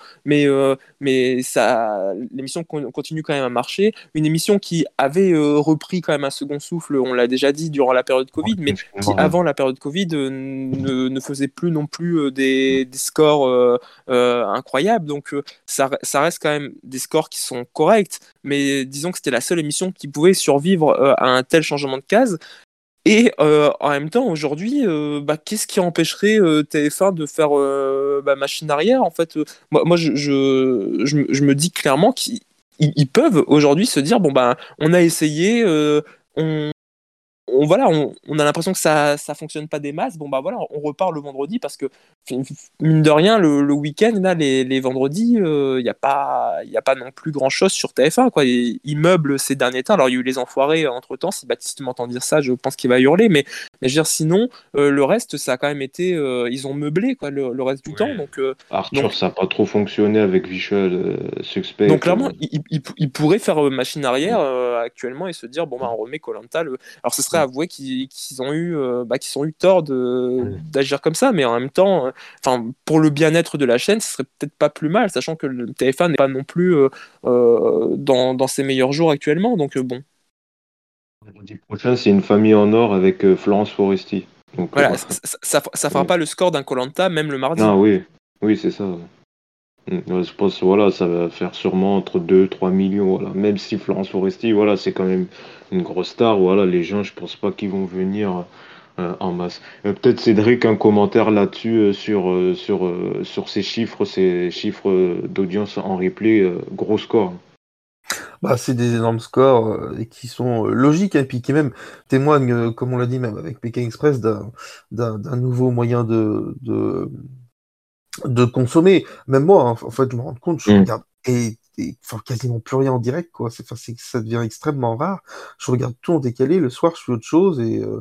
mais l'émission continue quand même à marcher. Une émission qui avait repris quand même un second souffle, on l'a déjà dit, durant la période Covid, mais qui, Ouais. avant la période Covid, ne faisait plus non plus des scores incroyables. Donc, ça reste quand même des scores qui sont corrects, mais disons que c'était la seule émission qui pouvait survivre à un tel changement de case. Et en même temps, aujourd'hui, qu'est-ce qui empêcherait TF1 de faire machine arrière? En fait, moi je me dis clairement qu'il ils peuvent aujourd'hui se dire, bon, ben, on a essayé, on, voilà, on a l'impression que ça fonctionne pas des masses. Bon, bah voilà, on repart le vendredi parce que, mine de rien, le week-end, là, les vendredis, il n'y a pas non plus grand-chose sur TF1, quoi. Ils meublent ces derniers temps. Alors, il y a eu les enfoirés entre-temps. Si Baptiste m'entend dire ça, je pense qu'il va hurler. Mais je veux dire, sinon, le reste, ça a quand même été. Ils ont meublé, quoi, le reste du temps. Arthur, ça n'a pas trop fonctionné avec Visual Suspect. Donc clairement, il pourrait faire machine arrière actuellement et se dire, bon, bah, on remet koh. Alors, ce serait avouer qu'ils ont eu tort d'agir comme ça, mais en même temps, pour le bien-être de la chaîne, ce serait peut-être pas plus mal, sachant que le TF1 n'est pas non plus dans ses meilleurs jours actuellement. Donc bon. Vendredi prochain, c'est une famille en or avec Florence Foresti. Donc, voilà, ça fera pas le score d'un koh, même le mardi. Ah oui, c'est ça. Ouais, je pense voilà, ça va faire sûrement entre 2-3 millions. Voilà. Même si Florence Foresti, voilà, c'est quand même une grosse star. Voilà, les gens, je pense pas qu'ils vont venir en masse. Peut-être Cédric, un commentaire là-dessus sur ces chiffres d'audience en replay, gros score. Bah, c'est des énormes scores et qui sont logiques, et puis qui même témoignent, comme on l'a dit même avec Pékin Express, d'un nouveau moyen de consommer. Même moi, hein, en fait, je me rends compte, je regarde quasiment plus rien en direct, quoi. Ça devient extrêmement rare. Je regarde tout en décalé. Le soir, je fais autre chose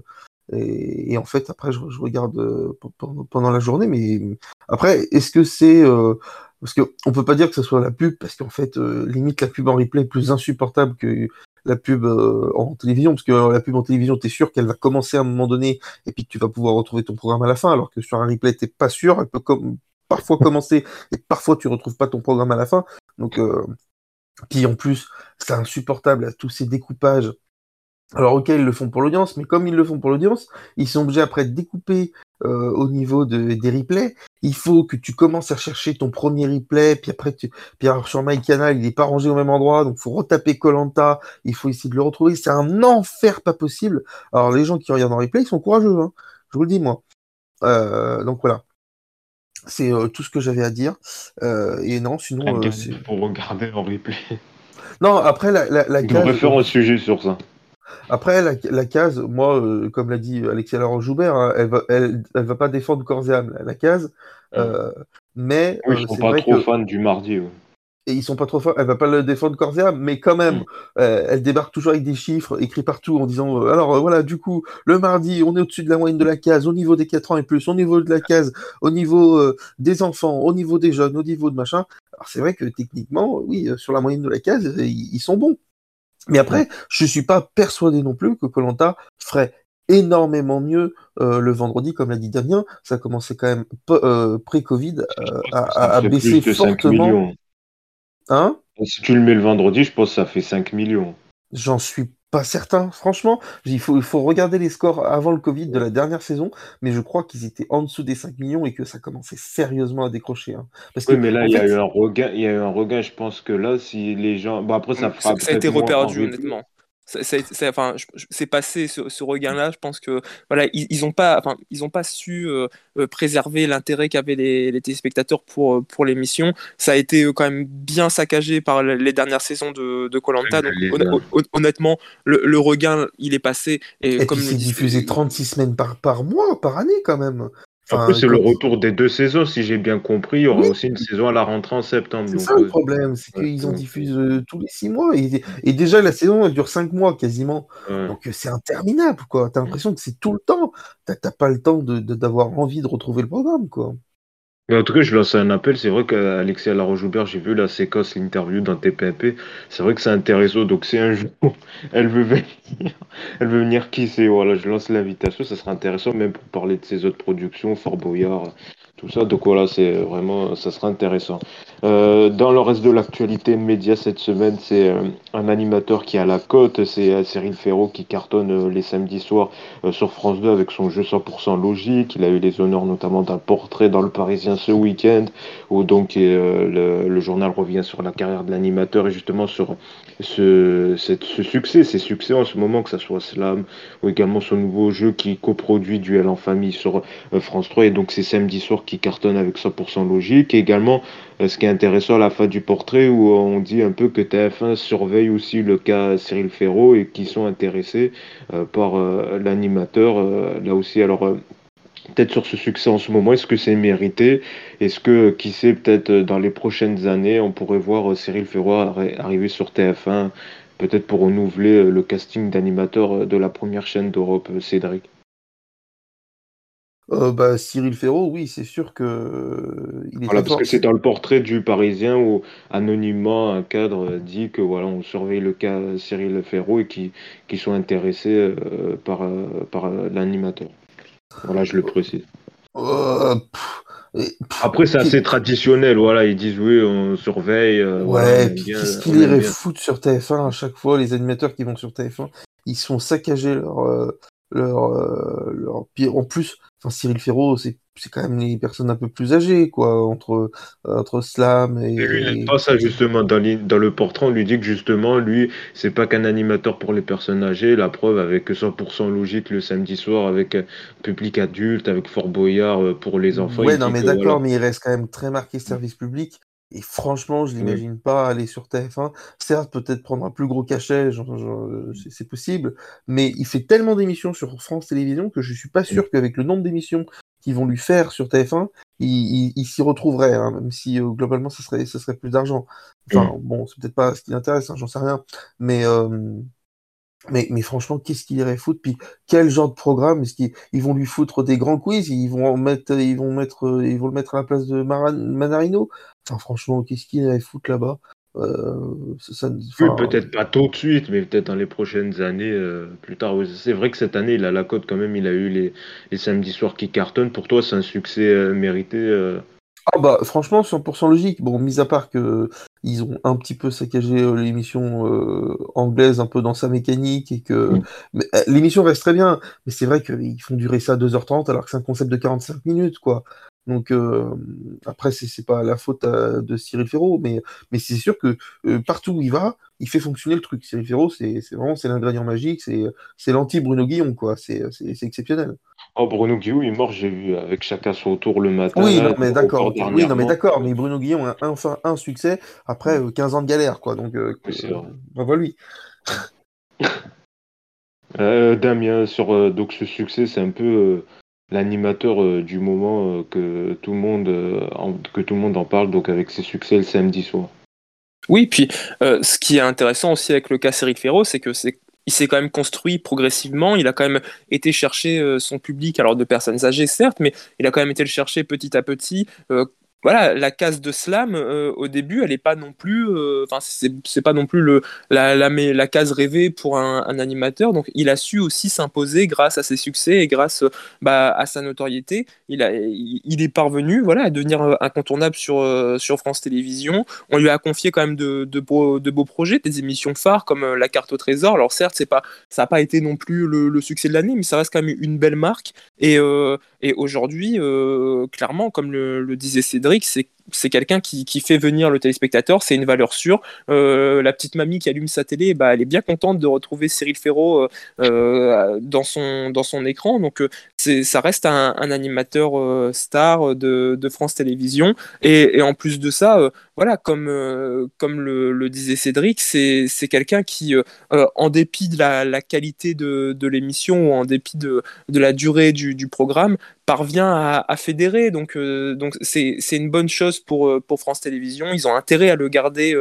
et en fait, après, je regarde pendant la journée. Mais après, est-ce que c'est parce que on peut pas dire que ce soit la pub, parce qu'en fait, limite la pub en replay est plus insupportable que la pub en télévision, parce que la pub en télévision, t'es sûr qu'elle va commencer à un moment donné, et puis que tu vas pouvoir retrouver ton programme à la fin, alors que sur un replay, t'es pas sûr, elle peut parfois commencer, et parfois tu retrouves pas ton programme à la fin. Donc, puis en plus, c'est insupportable à tous ces découpages. Alors ok, ils le font pour l'audience, mais comme ils le font pour l'audience, ils sont obligés après de découper au niveau des replays. Il faut que tu commences à chercher ton premier replay, puis après, puis alors sur MyCanal, il est pas rangé au même endroit, donc faut retaper koh. Il faut essayer de le retrouver. C'est un enfer pas possible. Alors les gens qui regardent en replay, ils sont courageux, hein. Je vous le dis moi. Donc voilà. C'est tout ce que j'avais à dire. Et non, sinon. Pour regarder en replay. Non, après la On case. devrait faire un sujet sur ça. Après la case, moi, comme l'a dit Alexia Laroche-Joubert, hein, elle va pas défendre corps et âme la case. Mais oui, ils sont pas trop fans du mardi. Ouais. Et ils sont pas trop forts, elle va pas le défendre corps et âme, mais quand même, elle débarque toujours avec des chiffres écrits partout en disant alors voilà, du coup, le mardi, on est au-dessus de la moyenne de la case, au niveau des 4 ans et plus, au niveau de la case, au niveau des enfants, au niveau des jeunes, au niveau de machin. Alors c'est vrai que techniquement, oui, sur la moyenne de la case, ils sont bons. Mais après, je suis pas persuadé non plus que koh ferait énormément mieux le vendredi, comme l'a dit Damien. Ça commençait quand même pré-Covid à baisser fortement. Hein? Si tu le mets le vendredi, je pense que ça fait 5 millions. J'en suis pas certain, franchement. Il faut regarder les scores avant le Covid de la dernière saison, mais je crois qu'ils étaient en dessous des 5 millions et que ça commençait sérieusement à décrocher. Hein. Parce que, mais là, il y a eu un regain. Je pense que là, si les gens. Bon, après, ça fera. Ça a été reperdu, honnêtement. C'est passé ce regain-là. Je pense que voilà, ils ont pas su préserver l'intérêt qu'avaient les téléspectateurs pour l'émission. Ça a été quand même bien saccagé par les dernières saisons de koh. Donc honnêtement, le regain, il est passé. Et comme puis c'est diffusé 36 semaines par mois, par année quand même. Après, c'est le retour des 2 saisons, si j'ai bien compris. Il y aura aussi une saison à la rentrée en septembre. C'est ça le problème, c'est qu'ils en diffusent tous les 6 mois. Et déjà, la saison, elle dure 5 mois quasiment. Donc c'est interminable, quoi. T'as l'impression que c'est tout le temps. T'as pas le temps d'avoir envie de retrouver le programme, quoi. Mais en tout cas, je lance un appel. C'est vrai qu'Alexia Laroche-Joubert, j'ai vu la séquence, l'interview dans TPMP. C'est vrai que c'est intéressant. Donc, c'est un jour, elle veut venir qui c'est. Voilà, je lance l'invitation. Ça sera intéressant, même pour parler de ses autres productions, Fort Boyard, tout ça. Donc, voilà, c'est vraiment, ça sera intéressant. Dans le reste de l'actualité média cette semaine, c'est un animateur qui est à la cote. C'est Cyril Ferraud qui cartonne les samedis soirs sur France 2 avec son jeu 100% logique. Il a eu les honneurs notamment d'un portrait dans le Parisien ce week-end, où donc le journal revient sur la carrière de l'animateur et justement sur ces succès en ce moment, que ce soit Slam ou également son nouveau jeu qui coproduit Duel en famille sur France 3. Et donc c'est samedi soir qui cartonne avec 100% logique. Et également, ce qui est intéressant à la fin du portrait, où on dit un peu que TF1 surveille aussi le cas Cyril Ferraud et qui sont intéressés par l'animateur. Là aussi, alors peut-être sur ce succès en ce moment, est-ce que c'est mérité? Est-ce que, qui sait, peut-être dans les prochaines années, on pourrait voir Cyril Ferraud arriver sur TF1, peut-être pour renouveler le casting d'animateurs de la première chaîne d'Europe, Cédric? Bah, Cyril Ferraud, oui, c'est sûr que il est Voilà, très parce que fort. c'est dans le portrait du Parisien où anonymement un cadre dit que voilà, on surveille le cas Cyril Ferraud et qui sont intéressés par l'animateur. Voilà, je le précise. Pff, Après, c'est assez traditionnel, voilà, ils disent oui, on surveille, voilà, ouais, puis qu'est-ce qu'il on aime irait bien. foutre sur TF1 à chaque fois, les animateurs qui vont sur TF1, ils se font saccager Puis en plus, enfin, Cyril Ferraud, c'est quand même les personnes un peu plus âgées, quoi, entre Slam Mais lui, il n'aime et pas ça, justement. Dans le portrait, on lui dit que justement, lui, c'est pas qu'un animateur pour les personnes âgées. La preuve, avec 100% logique le samedi soir, avec public adulte, avec Fort Boyard pour les enfants, Ouais, il non, dit mais que voilà. d'accord, mais il reste quand même très marqué service public. Et franchement, je Oui. l'imagine pas aller sur TF1. Certes, peut-être prendre un plus gros cachet, c'est possible, mais il fait tellement d'émissions sur France Télévisions que je suis pas sûr qu'avec le nombre d'émissions qu'ils vont lui faire sur TF1, il s'y retrouverait, hein, même si globalement, ça serait plus d'argent. Enfin, bon, c'est peut-être pas ce qui l'intéresse, hein, j'en sais rien. Mais, mais franchement, qu'est-ce qu'il irait foutre? Puis quel genre de programme? Est-ce qu'ils ils vont lui foutre des grands quiz? Ils vont le mettre à la place de Manarino? Enfin, franchement, qu'est-ce qu'il irait foutre là-bas? Oui, Enfin, peut-être pas tout de suite, mais peut-être dans les prochaines années, plus tard. Oui, c'est vrai que cette année, il a la cote quand même. Il a eu les samedis soirs qui cartonnent. Pour toi, c'est un succès mérité. ah bah franchement 100% logique. Bon, mis à part que ils ont un petit peu saccagé l'émission anglaise un peu dans sa mécanique et que mais, l'émission reste très bien, mais c'est vrai qu'ils font durer ça 2h30 alors que c'est un concept de 45 minutes quoi. Donc après c'est pas la faute de Cyril Ferraud, mais c'est sûr que partout où il va, il fait fonctionner le truc. Cyril Ferraud, c'est vraiment c'est l'ingrédient magique, c'est l'anti Bruno Guillon quoi. C'est exceptionnel. Oh, Bruno Guillou, il est mort, j'ai vu, avec chacun son tour le matin, Oui, non, là, mais d'accord, encore ok. Oui, non, mais dernièrement. d'accord, mais Bruno Guillon a enfin un succès après 15 ans de galère, quoi. Donc, Oui, c'est vrai. bravo à lui. Damien, sur donc ce succès, c'est un peu l'animateur du moment que tout le monde en parle, donc avec ses succès le samedi soir. Oui, puis ce qui est intéressant aussi avec le cas Cyril Ferraud, c'est que il s'est quand même construit progressivement. Il a quand même été chercher son public, alors de personnes âgées certes, mais il a quand même été le chercher petit à petit. Voilà, la case de slam au début, elle est pas non plus, enfin c'est pas non plus la case rêvée pour un animateur. Donc il a su aussi s'imposer grâce à ses succès et grâce à sa notoriété. Il est parvenu, voilà, à devenir incontournable sur France Télévisions. On lui a confié quand même de beaux projets, des émissions phares comme La Carte au Trésor. Alors certes, ça n'a pas été non plus le succès de l'année, mais ça reste quand même une belle marque. Et aujourd'hui, clairement, comme le disait Cédric, c'est quelqu'un qui fait venir le téléspectateur, c'est une valeur sûre. La petite mamie qui allume sa télé, bah, elle est bien contente de retrouver Cyril Ferraud dans son écran. Donc ça reste un animateur star de France Télévisions. Et en plus de ça, voilà, comme le disait Cédric, c'est quelqu'un qui, en dépit de la qualité de l'émission ou en dépit de la durée du programme, parvient à fédérer. Donc c'est une bonne chose pour France Télévisions. Ils ont intérêt à le garder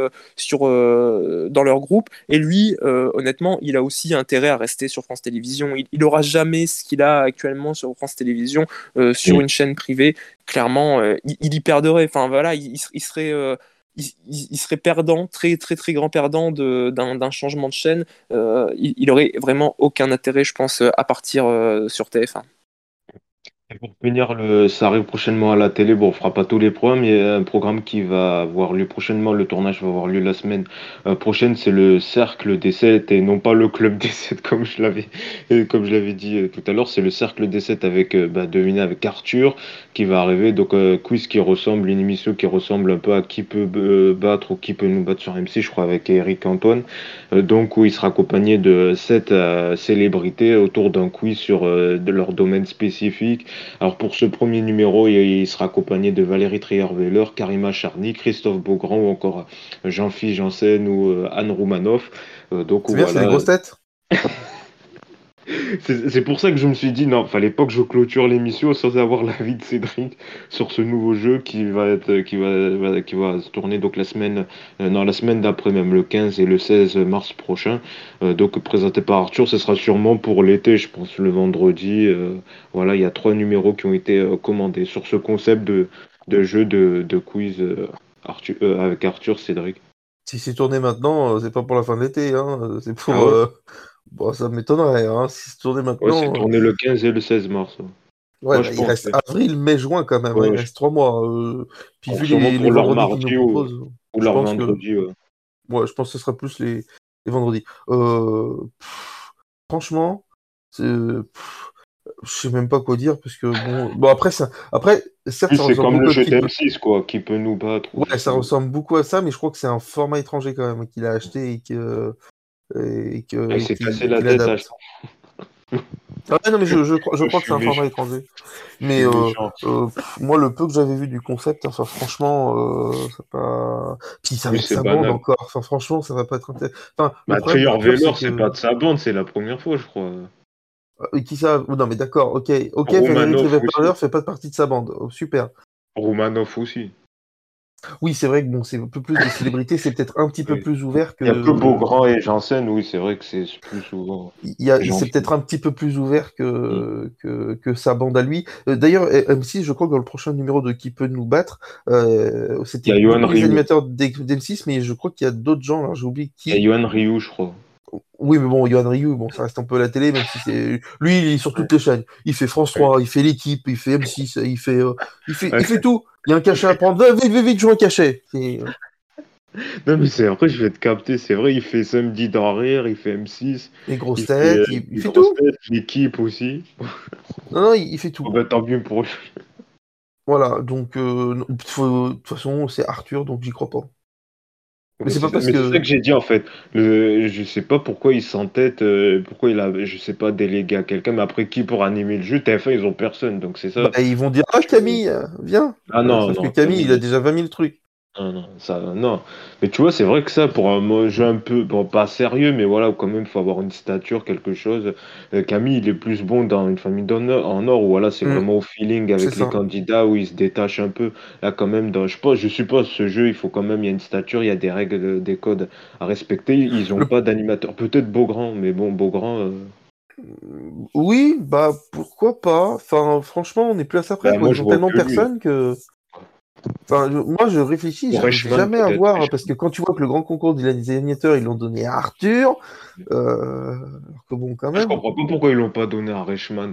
dans leur groupe. Et lui, honnêtement, il a aussi intérêt à rester sur France Télévisions. Il aura jamais ce qu'il a actuellement sur France Télévisions, sur une chaîne privée. Clairement, il y perdrait. Enfin voilà, il serait il serait perdant, très très très grand perdant d'un changement de chaîne. Il aurait vraiment aucun intérêt, je pense, à partir sur TF1. Et pour finir, ça arrive prochainement à la télé. Bon, on fera pas tous les programmes. Il y a un programme qui va avoir lieu prochainement. Le tournage va avoir lieu la semaine prochaine. C'est le Cercle des Sept et non pas le Club des Sept comme je l'avais dit tout à l'heure. C'est le Cercle des Sept avec, devinez, avec Arthur qui va arriver. Donc, une émission qui ressemble un peu à Qui peut battre ou Qui peut nous battre sur MC, je crois, avec Eric Antoine. Donc, où il sera accompagné de sept célébrités autour d'un quiz sur de leur domaine spécifique. Alors pour ce premier numéro, il sera accompagné de Valérie Trierweiler, Karima Charny, Christophe Beaugrand ou encore Jean-Philippe Janssen ou Anne Roumanoff. Donc C'est bien, c'est des voilà, grosses têtes. c'est pour ça que je me suis dit, non, fallait pas que je clôture l'émission sans avoir l'avis de Cédric sur ce nouveau jeu qui va se tourner donc la semaine d'après même, le 15 et le 16 mars prochain. Donc présenté par Arthur, ce sera sûrement pour l'été, je pense, le vendredi. Voilà, il y a 3 numéros qui ont été commandés sur ce concept de jeu de quiz avec Arthur, Cédric. Si c'est tourné maintenant, c'est pas pour la fin de l'été, hein, c'est pour. Ah ouais? Bon, ça m'étonnerait, hein, si c'est tourné Ouais, c'est maintenant. tourné le 15 et le 16 mars. Ouais, Moi, bah, je il pense. reste avril, mai, juin quand même, hein, il Ouais, reste 3 mois. Puis vu sûrement les pour leur vendredis qu'ils nous mardi proposent, ou je leur pense que vendredi. Ouais. ouais, je pense que ce sera plus les vendredis. Franchement, je sais même pas quoi dire parce que bon après certes Plus ça c'est ressemble comme le beaucoup à jeu Keep. d'M6, quoi, qui peut nous battre. Ou je Ouais, sais ça pas. ressemble beaucoup à ça, mais je crois que c'est un format étranger quand même qu'il a acheté Ah, il s'est cassé la qu'il tête à adapte. Ah ouais, non, mais je Je crois que suis c'est un format méchant. étranger. Je suis Mais méchant. moi, le peu que j'avais vu du concept, enfin, franchement, ça pas. Puis ça va Oui, être c'est sa bande banal. encore. Enfin, franchement, ça va pas être. Enfin, le Bah, problème Trevor d'Arthur, c'est Veller, c'est que. pas de sa bande, c'est la première fois, je crois. Qui ça? Oh, non, mais d'accord, ok, Valérie Romanov Trierweiler aussi. fait pas partie de sa bande. Oh, super. Romanov aussi. Oui, c'est vrai que bon, c'est un peu plus des célébrités, c'est peut-être un petit peu Oui. plus ouvert Il y a que que. Beaugrand et Janssen, oui, c'est vrai que c'est plus souvent C'est Jean-Philippe. peut-être un petit peu plus ouvert Mm. que sa bande à lui. D'ailleurs, M6, je crois que dans le prochain numéro de Qui peut nous battre, Il c'était y a Yohan beaucoup les Ryu. animateurs d'M6, mais je crois qu'il y a d'autres gens, là, j'ai oublié Il y a qui. Yohan Ryu, je crois. Oui, mais bon, Yohan Ryu, bon, ça reste un peu à la télé, même si c'est. Lui, il est sur Ouais. toutes les chaînes. Il fait France Ouais. 3, il fait l'équipe, il fait M6, il fait Ouais. tout. Il y a un cachet à prendre. Vite, vite, vite, je veux un cachet. Non, mais c'est après, je vais te capter. C'est vrai, il fait Samedi dans Rire, il fait M6, Les grosses il fait têtes, il les fait grosses tout. têtes, l'équipe aussi. Non, non, il fait Oh, tout. bah, tant mieux pour lui. Voilà, donc, non, de toute façon, c'est Arthur, donc j'y crois pas. Mais c'est pas parce Mais c'est ça que. que j'ai dit en fait. Je sais pas pourquoi il s'entête, pourquoi il a, je sais pas, délégué à quelqu'un, mais après qui pour animer le jeu, TF1 ils ont personne, donc c'est Bah, ça. ils vont dire ah Je- Camille, viens. Ah non, Sauf que non, Camille, il a Camille. déjà 20 000 trucs. Non, non, ça, non. Mais tu vois, c'est vrai que ça, pour un jeu un peu, bon, pas sérieux, mais voilà, quand même, faut avoir une stature, quelque chose. Camille, il est plus bon dans Une famille en or, où voilà, c'est Hmm, vraiment au feeling c'est avec les ça. candidats, où il se détache un peu. Là, quand même, je suppose, ce jeu, il faut quand même, il y a une stature, il y a des règles, des codes à respecter. Ils ont Le... pas d'animateur. Peut-être Beaugrand, mais bon, Beaugrand, Oui, bah pourquoi pas. Enfin, franchement, on est plus à ça près, bah, quoi. moi, Ils je ont vois tellement que lui. personne que. Enfin, moi, je réfléchis, Ou j'arrive Reichmann, jamais à peut-être. voir, parce que quand tu vois que le grand concours des animateurs, ils l'ont donné à Arthur, alors que bon, quand Je même, comprends pas pourquoi ils l'ont pas donné à Reichmann.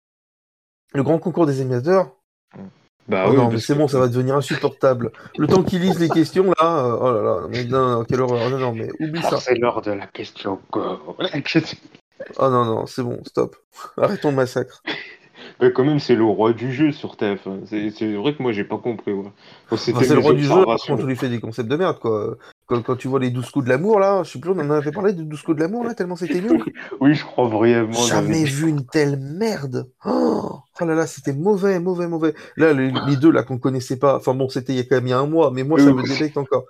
le grand concours des animateurs, Bah oh oui, non, mais parce c'est que bon, ça va devenir insupportable. Le temps qu'ils lisent les questions, là, oh là là, mais non, non, quelle horreur, non, non, mais oublie alors ça. c'est l'heure de la question go. Oh non, non, c'est bon, stop. Arrêtons le massacre. Mais quand même, c'est le roi du jeu sur TF1. C'est vrai que moi, j'ai pas compris. Ouais. Bon, Enfin, c'était c'est le mes roi du jeu, par observations. contre, je lui fais des concepts de merde, quoi. Quand tu vois les 12 coups de l'amour, là, je sais plus, on en avait parlé des 12 coups de l'amour, là, tellement c'était nul. Oui, je crois brièvement, on avait Jamais dit. vu une telle merde. Oh là là, c'était mauvais, mauvais, mauvais. Là, les deux, là, qu'on connaissait pas, enfin bon, c'était il y a quand même il y a un mois, mais moi, Oui, ça me aussi. débecte encore.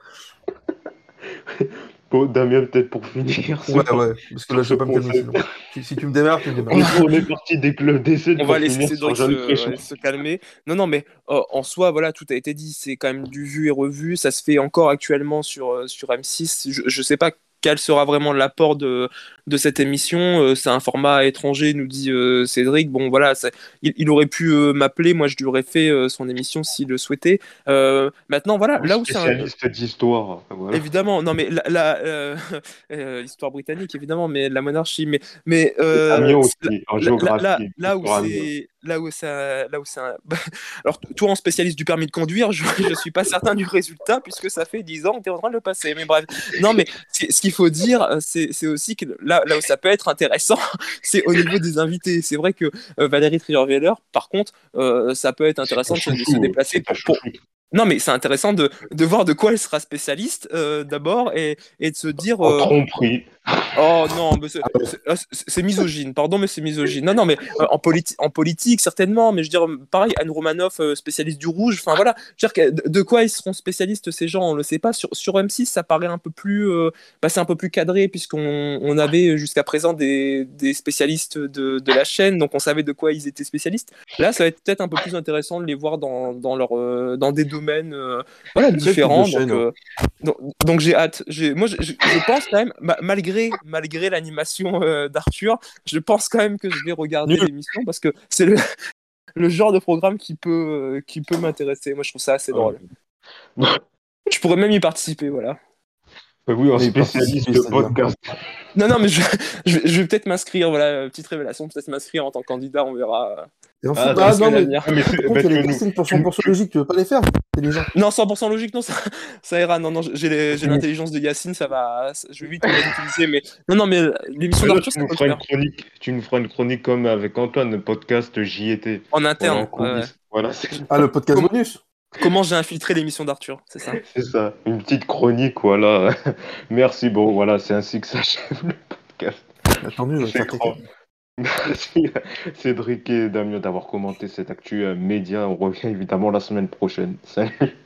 Bon, Damien, peut-être pour finir Ouais, ouais, parce que là, sur je ce vais pas me calmer concept. sinon. Si tu me démarres, tu me démarres. On est parti des clubs d'essai On va pour laisser finir sur Cédric Jean-Luc Reichmann. se calmer. Non, non, mais en soi, voilà, tout a été dit. C'est quand même du vu et revu. Ça se fait encore actuellement sur M6. Je sais pas quel sera vraiment l'apport de cette émission. C'est un format étranger, nous dit Cédric. Bon, voilà, il aurait pu m'appeler. Moi, je lui aurais fait son émission s'il le souhaitait. Maintenant, voilà, Oui, là où c'est spécialiste d'histoire. Voilà. évidemment, non mais histoire britannique évidemment, mais la monarchie, mais Et Damien aussi, en géographie. Sur Amiens. là où c'est alors toi en spécialiste du permis de conduire, je suis pas certain du résultat puisque ça fait 10 ans que tu es en train de le passer. Mais bref, non mais ce qu'il faut dire, c'est aussi que là où ça peut être intéressant, c'est au niveau des invités. C'est vrai que Valérie Trierweiler, par contre, ça peut être C'est ta intéressant de se chouchou. déplacer C'est ta pour. chouchou. Non, mais c'est intéressant de voir de quoi elle sera spécialiste d'abord et de se dire En tromperie. Oh non, mais c'est misogyne, pardon, mais c'est misogyne. Non, non, mais en politique, certainement, mais je veux dire, pareil, Anne Romanoff, spécialiste du rouge, enfin voilà, je veux dire, de quoi ils seront spécialistes, ces gens, on le sait pas. Sur M6, ça paraît un peu plus, c'est un peu plus cadré, puisqu'on avait jusqu'à présent des spécialistes de la chaîne, donc on savait de quoi ils étaient spécialistes. Là, ça va être peut-être un peu plus intéressant de les voir dans des domaines voilà, différents. Donc j'ai hâte. Moi, je pense quand même, malgré l'animation d'Arthur, je pense quand même que je vais regarder l'émission parce que c'est le genre de programme qui peut m'intéresser. Moi, je trouve ça assez drôle. Je pourrais même y participer, voilà. Oui, en spécialiste de podcast. Non, mais je vais peut-être m'inscrire, voilà, petite révélation, peut-être m'inscrire en tant que candidat, on verra. Non, mais les castings pour 100% logique, tu veux pas les faire, intelligent. Non, 100% logique, non, ça ira. Non, j'ai l'intelligence de Yacine, ça va. Je vais vite l'utiliser, mais non, mais l'émission d'Arthur, ça peut le faire. Tu nous feras une chronique comme avec Antoine, le podcast j'y étais. En interne. Voilà, le podcast bonus. Comment j'ai infiltré l'émission d'Arthur, c'est ça. C'est ça, une petite chronique, voilà. Merci, bon, voilà, c'est ainsi que s'achève le podcast. Tant mieux, Merci Cédric et Damien d'avoir commenté cette actu média. On revient évidemment la semaine prochaine. Salut.